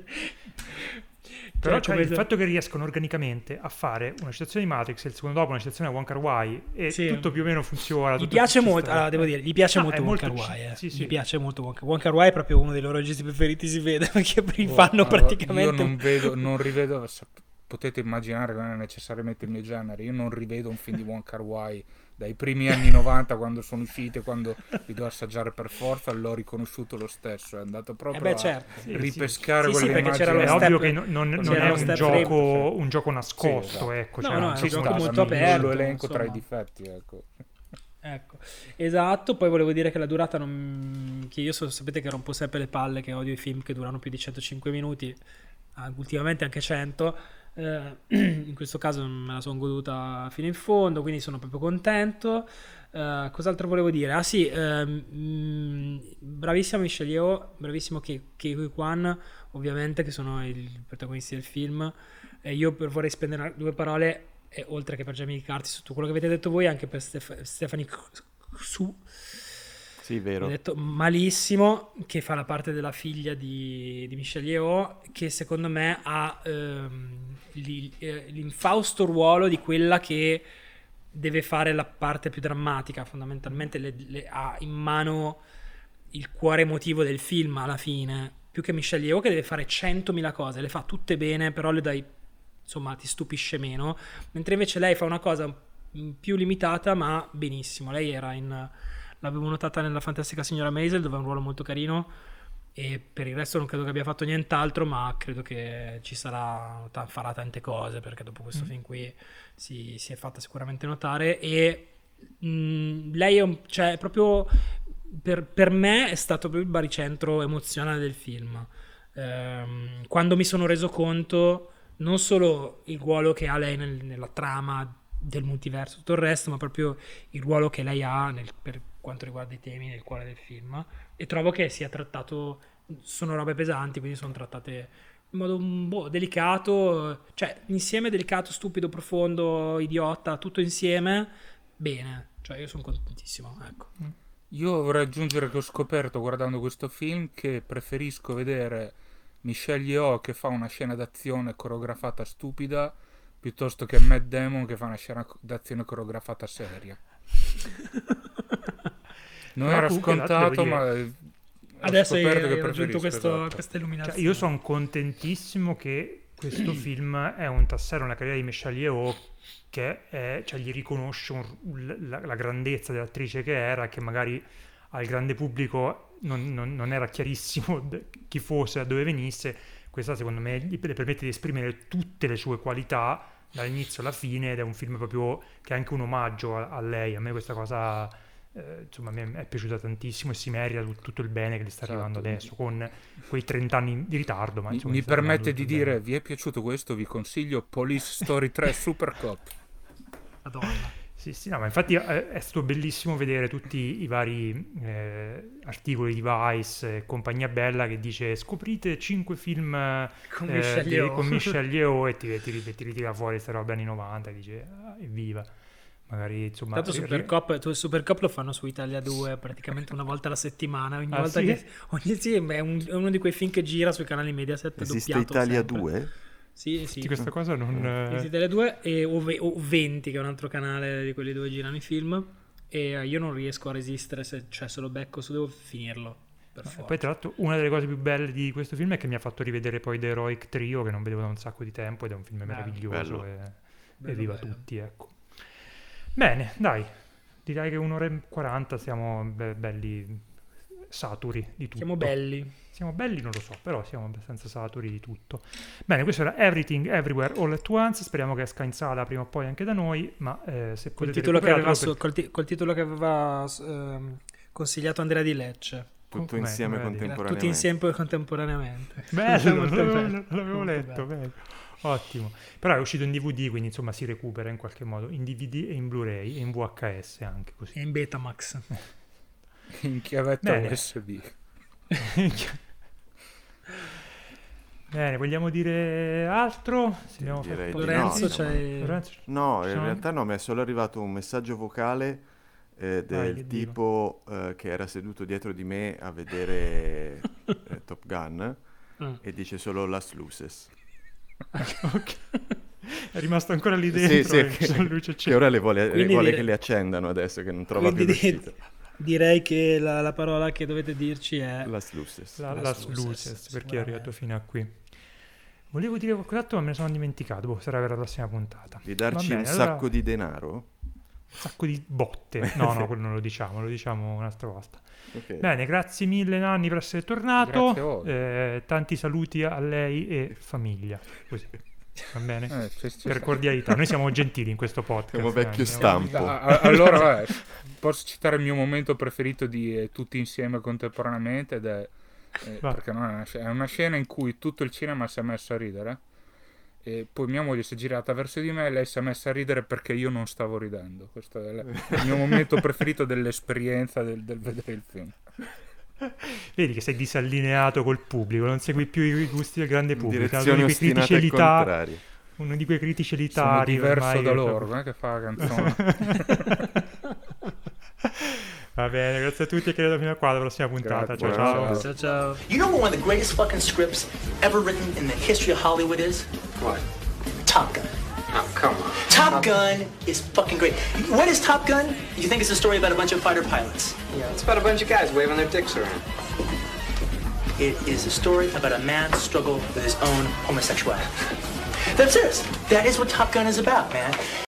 Però il fatto che riescono organicamente a fare una citazione di Matrix e il secondo dopo una citazione a Wong Kar-wai e sì, tutto più o meno funziona. Gli piace molto, allora, devo dire, gli piace molto Wong Kar-wai. Sì. Gli piace molto Wong Kar-wai, è proprio uno dei loro registi preferiti, si vede, perché fanno praticamente... Io non rivedo, potete immaginare che non è necessariamente il mio genere, io non rivedo un film di Wong Kar-wai dai primi anni 90, quando sono usciti, quando li devo assaggiare per forza, l'ho riconosciuto lo stesso, è andato proprio a ripescare quelle immagini. È ovvio che non è un gioco nascosto, sì, esatto. Ecco, no, è un gioco molto aperto. Non lo elenco tra i difetti, ecco. Ecco, esatto. Poi volevo dire che la durata che io sapete che rompo sempre le palle, che odio i film che durano più di 105 minuti, ultimamente anche 100. In questo caso me la sono goduta fino in fondo, quindi sono proprio contento. Cos'altro volevo dire? Ah sì, bravissima Michelle Yeoh, bravissimo Ke Huy Quan, ovviamente, che sono i protagonisti del film. Io vorrei spendere 2 parole, oltre che per Jamie Lee Curtis, su tutto quello che avete detto voi, anche per Stephanie Hsu. Sì, vero. Ho detto malissimo, che fa la parte della figlia di Michelle Yeoh, che secondo me ha l'infausto ruolo di quella che deve fare la parte più drammatica. Fondamentalmente ha in mano il cuore emotivo del film alla fine, più che Michelle Yeoh che deve fare 100.000 cose, le fa tutte bene, però le dai, insomma, ti stupisce meno, mentre invece lei fa una cosa più limitata ma benissimo. Lei era l'avevo notata nella Fantastica Signora Maisel, dove ha un ruolo molto carino, e per il resto non credo che abbia fatto nient'altro, ma credo che ci farà tante cose, perché dopo questo film qui si è fatta sicuramente notare. E lei è proprio per me è stato proprio il baricentro emozionale del film. Quando mi sono reso conto non solo il ruolo che ha lei nella trama del multiverso, tutto il resto, ma proprio il ruolo che lei ha per quanto riguarda i temi nel cuore del film. E trovo che sia trattato, sono robe pesanti, quindi sono trattate in modo delicato, cioè insieme delicato, stupido, profondo, idiota, tutto insieme bene, cioè io sono contentissimo, ecco. Io vorrei aggiungere che ho scoperto guardando questo film che preferisco vedere Michelle Yeoh che fa una scena d'azione coreografata stupida piuttosto che Matt Damon che fa una scena d'azione coreografata seria. Non era scontato, ma adesso hai raggiunto questa illuminazione. Cioè, io sono contentissimo che questo film è un tassello nella carriera di Michelle Yeoh, che cioè, gli riconosce la grandezza dell'attrice che era, che magari al grande pubblico non era chiarissimo chi fosse, da dove venisse. Questa secondo me le permette di esprimere tutte le sue qualità dall'inizio alla fine, ed è un film proprio che è anche un omaggio a lei. A me questa cosa insomma mi è piaciuta tantissimo, e si merita tutto il bene che gli sta arrivando adesso, con quei 30 anni di ritardo, ma insomma, mi permette di dire, vi è piaciuto questo? Vi consiglio Police Story 3 Super Cop. Madonna. Sì, no, ma infatti è stato bellissimo vedere tutti i vari articoli di Vice e compagnia bella che dice scoprite 5 film con Michelle Yeoh e ti ritira fuori questa roba anni 90 e dice evviva. Magari insomma tanto Super Cop lo fanno su Italia 2 praticamente una volta alla settimana, ogni volta sì? è uno di quei film che gira sui canali Mediaset. Esiste Italia sempre. 2? Sì. Questa cosa non... Esiste Italia 2 o 20 che è un altro canale di quelli dove girano i film, e io non riesco a resistere, se lo becco devo finirlo per forza. Poi tra l'altro una delle cose più belle di questo film è che mi ha fatto rivedere poi The Heroic Trio, che non vedevo da un sacco di tempo, ed è un film meraviglioso e viva tutti, ecco. Bene, dai, direi che 1 ora e 40 siamo belli saturi di tutto. Siamo belli, non lo so, però siamo abbastanza saturi di tutto. Bene, questo era Everything Everywhere All at Once, speriamo che esca in sala prima o poi anche da noi, ma se col potete titolo che aveva consigliato Andrea Di Lecce. Tutto insieme contemporaneamente. Tutti insieme contemporaneamente. Bello, l'avevo letto, bello. Ottimo, però è uscito in DVD, quindi insomma si recupera in qualche modo in DVD e in Blu-ray e in VHS anche così. E in Betamax. In chiavetta USB. Bene, vogliamo dire altro? Lorenzo, no, in realtà no, mi è solo arrivato un messaggio vocale del tipo che era seduto dietro di me a vedere Top Gun e dice solo Las Luces. Ok. È rimasto ancora lì dentro, che ora le vuole che le accendano adesso che non trova più l'uscita. Direi che la parola che dovete dirci è Las Luces. Las Luces, per chi è arrivato fino a qui. Volevo dire qualcos'altro ma me ne sono dimenticato, sarà per la prossima puntata. Di darci un sacco di denaro? Un sacco di botte. No, quello non lo diciamo un'altra volta. Okay. Bene, grazie mille Nanni per essere tornato. Tanti saluti a lei e famiglia. Così. Va bene? Per cordialità. Noi siamo gentili in questo podcast. Siamo vecchio stampo. Allora, posso citare il mio momento preferito di Tutti insieme contemporaneamente, ed è perché non è una scena in cui tutto il cinema si è messo a ridere e poi mia moglie si è girata verso di me e lei si è messa a ridere perché io non stavo ridendo. Questo è il mio momento preferito dell'esperienza del vedere il film. Vedi che sei disallineato col pubblico, non segui più i gusti del grande pubblico. Direzioni ostinate e contrarie. Uno di quei critici elitari. Sono diverso da loro, non è che fa la canzone. Va bene, grazie a tutti e credo fino a qua alla prossima puntata. Grazie, ciao. You know what one of the greatest fucking scripts ever written in the history of Hollywood is? What? Top Gun. Oh, come on. Top Gun is fucking great. What is Top Gun? You think it's a story about a bunch of fighter pilots? Yeah, it's about a bunch of guys waving their dicks around. It is a story about a man's struggle with his own homosexuality. I'm serious. That is what Top Gun is about, man.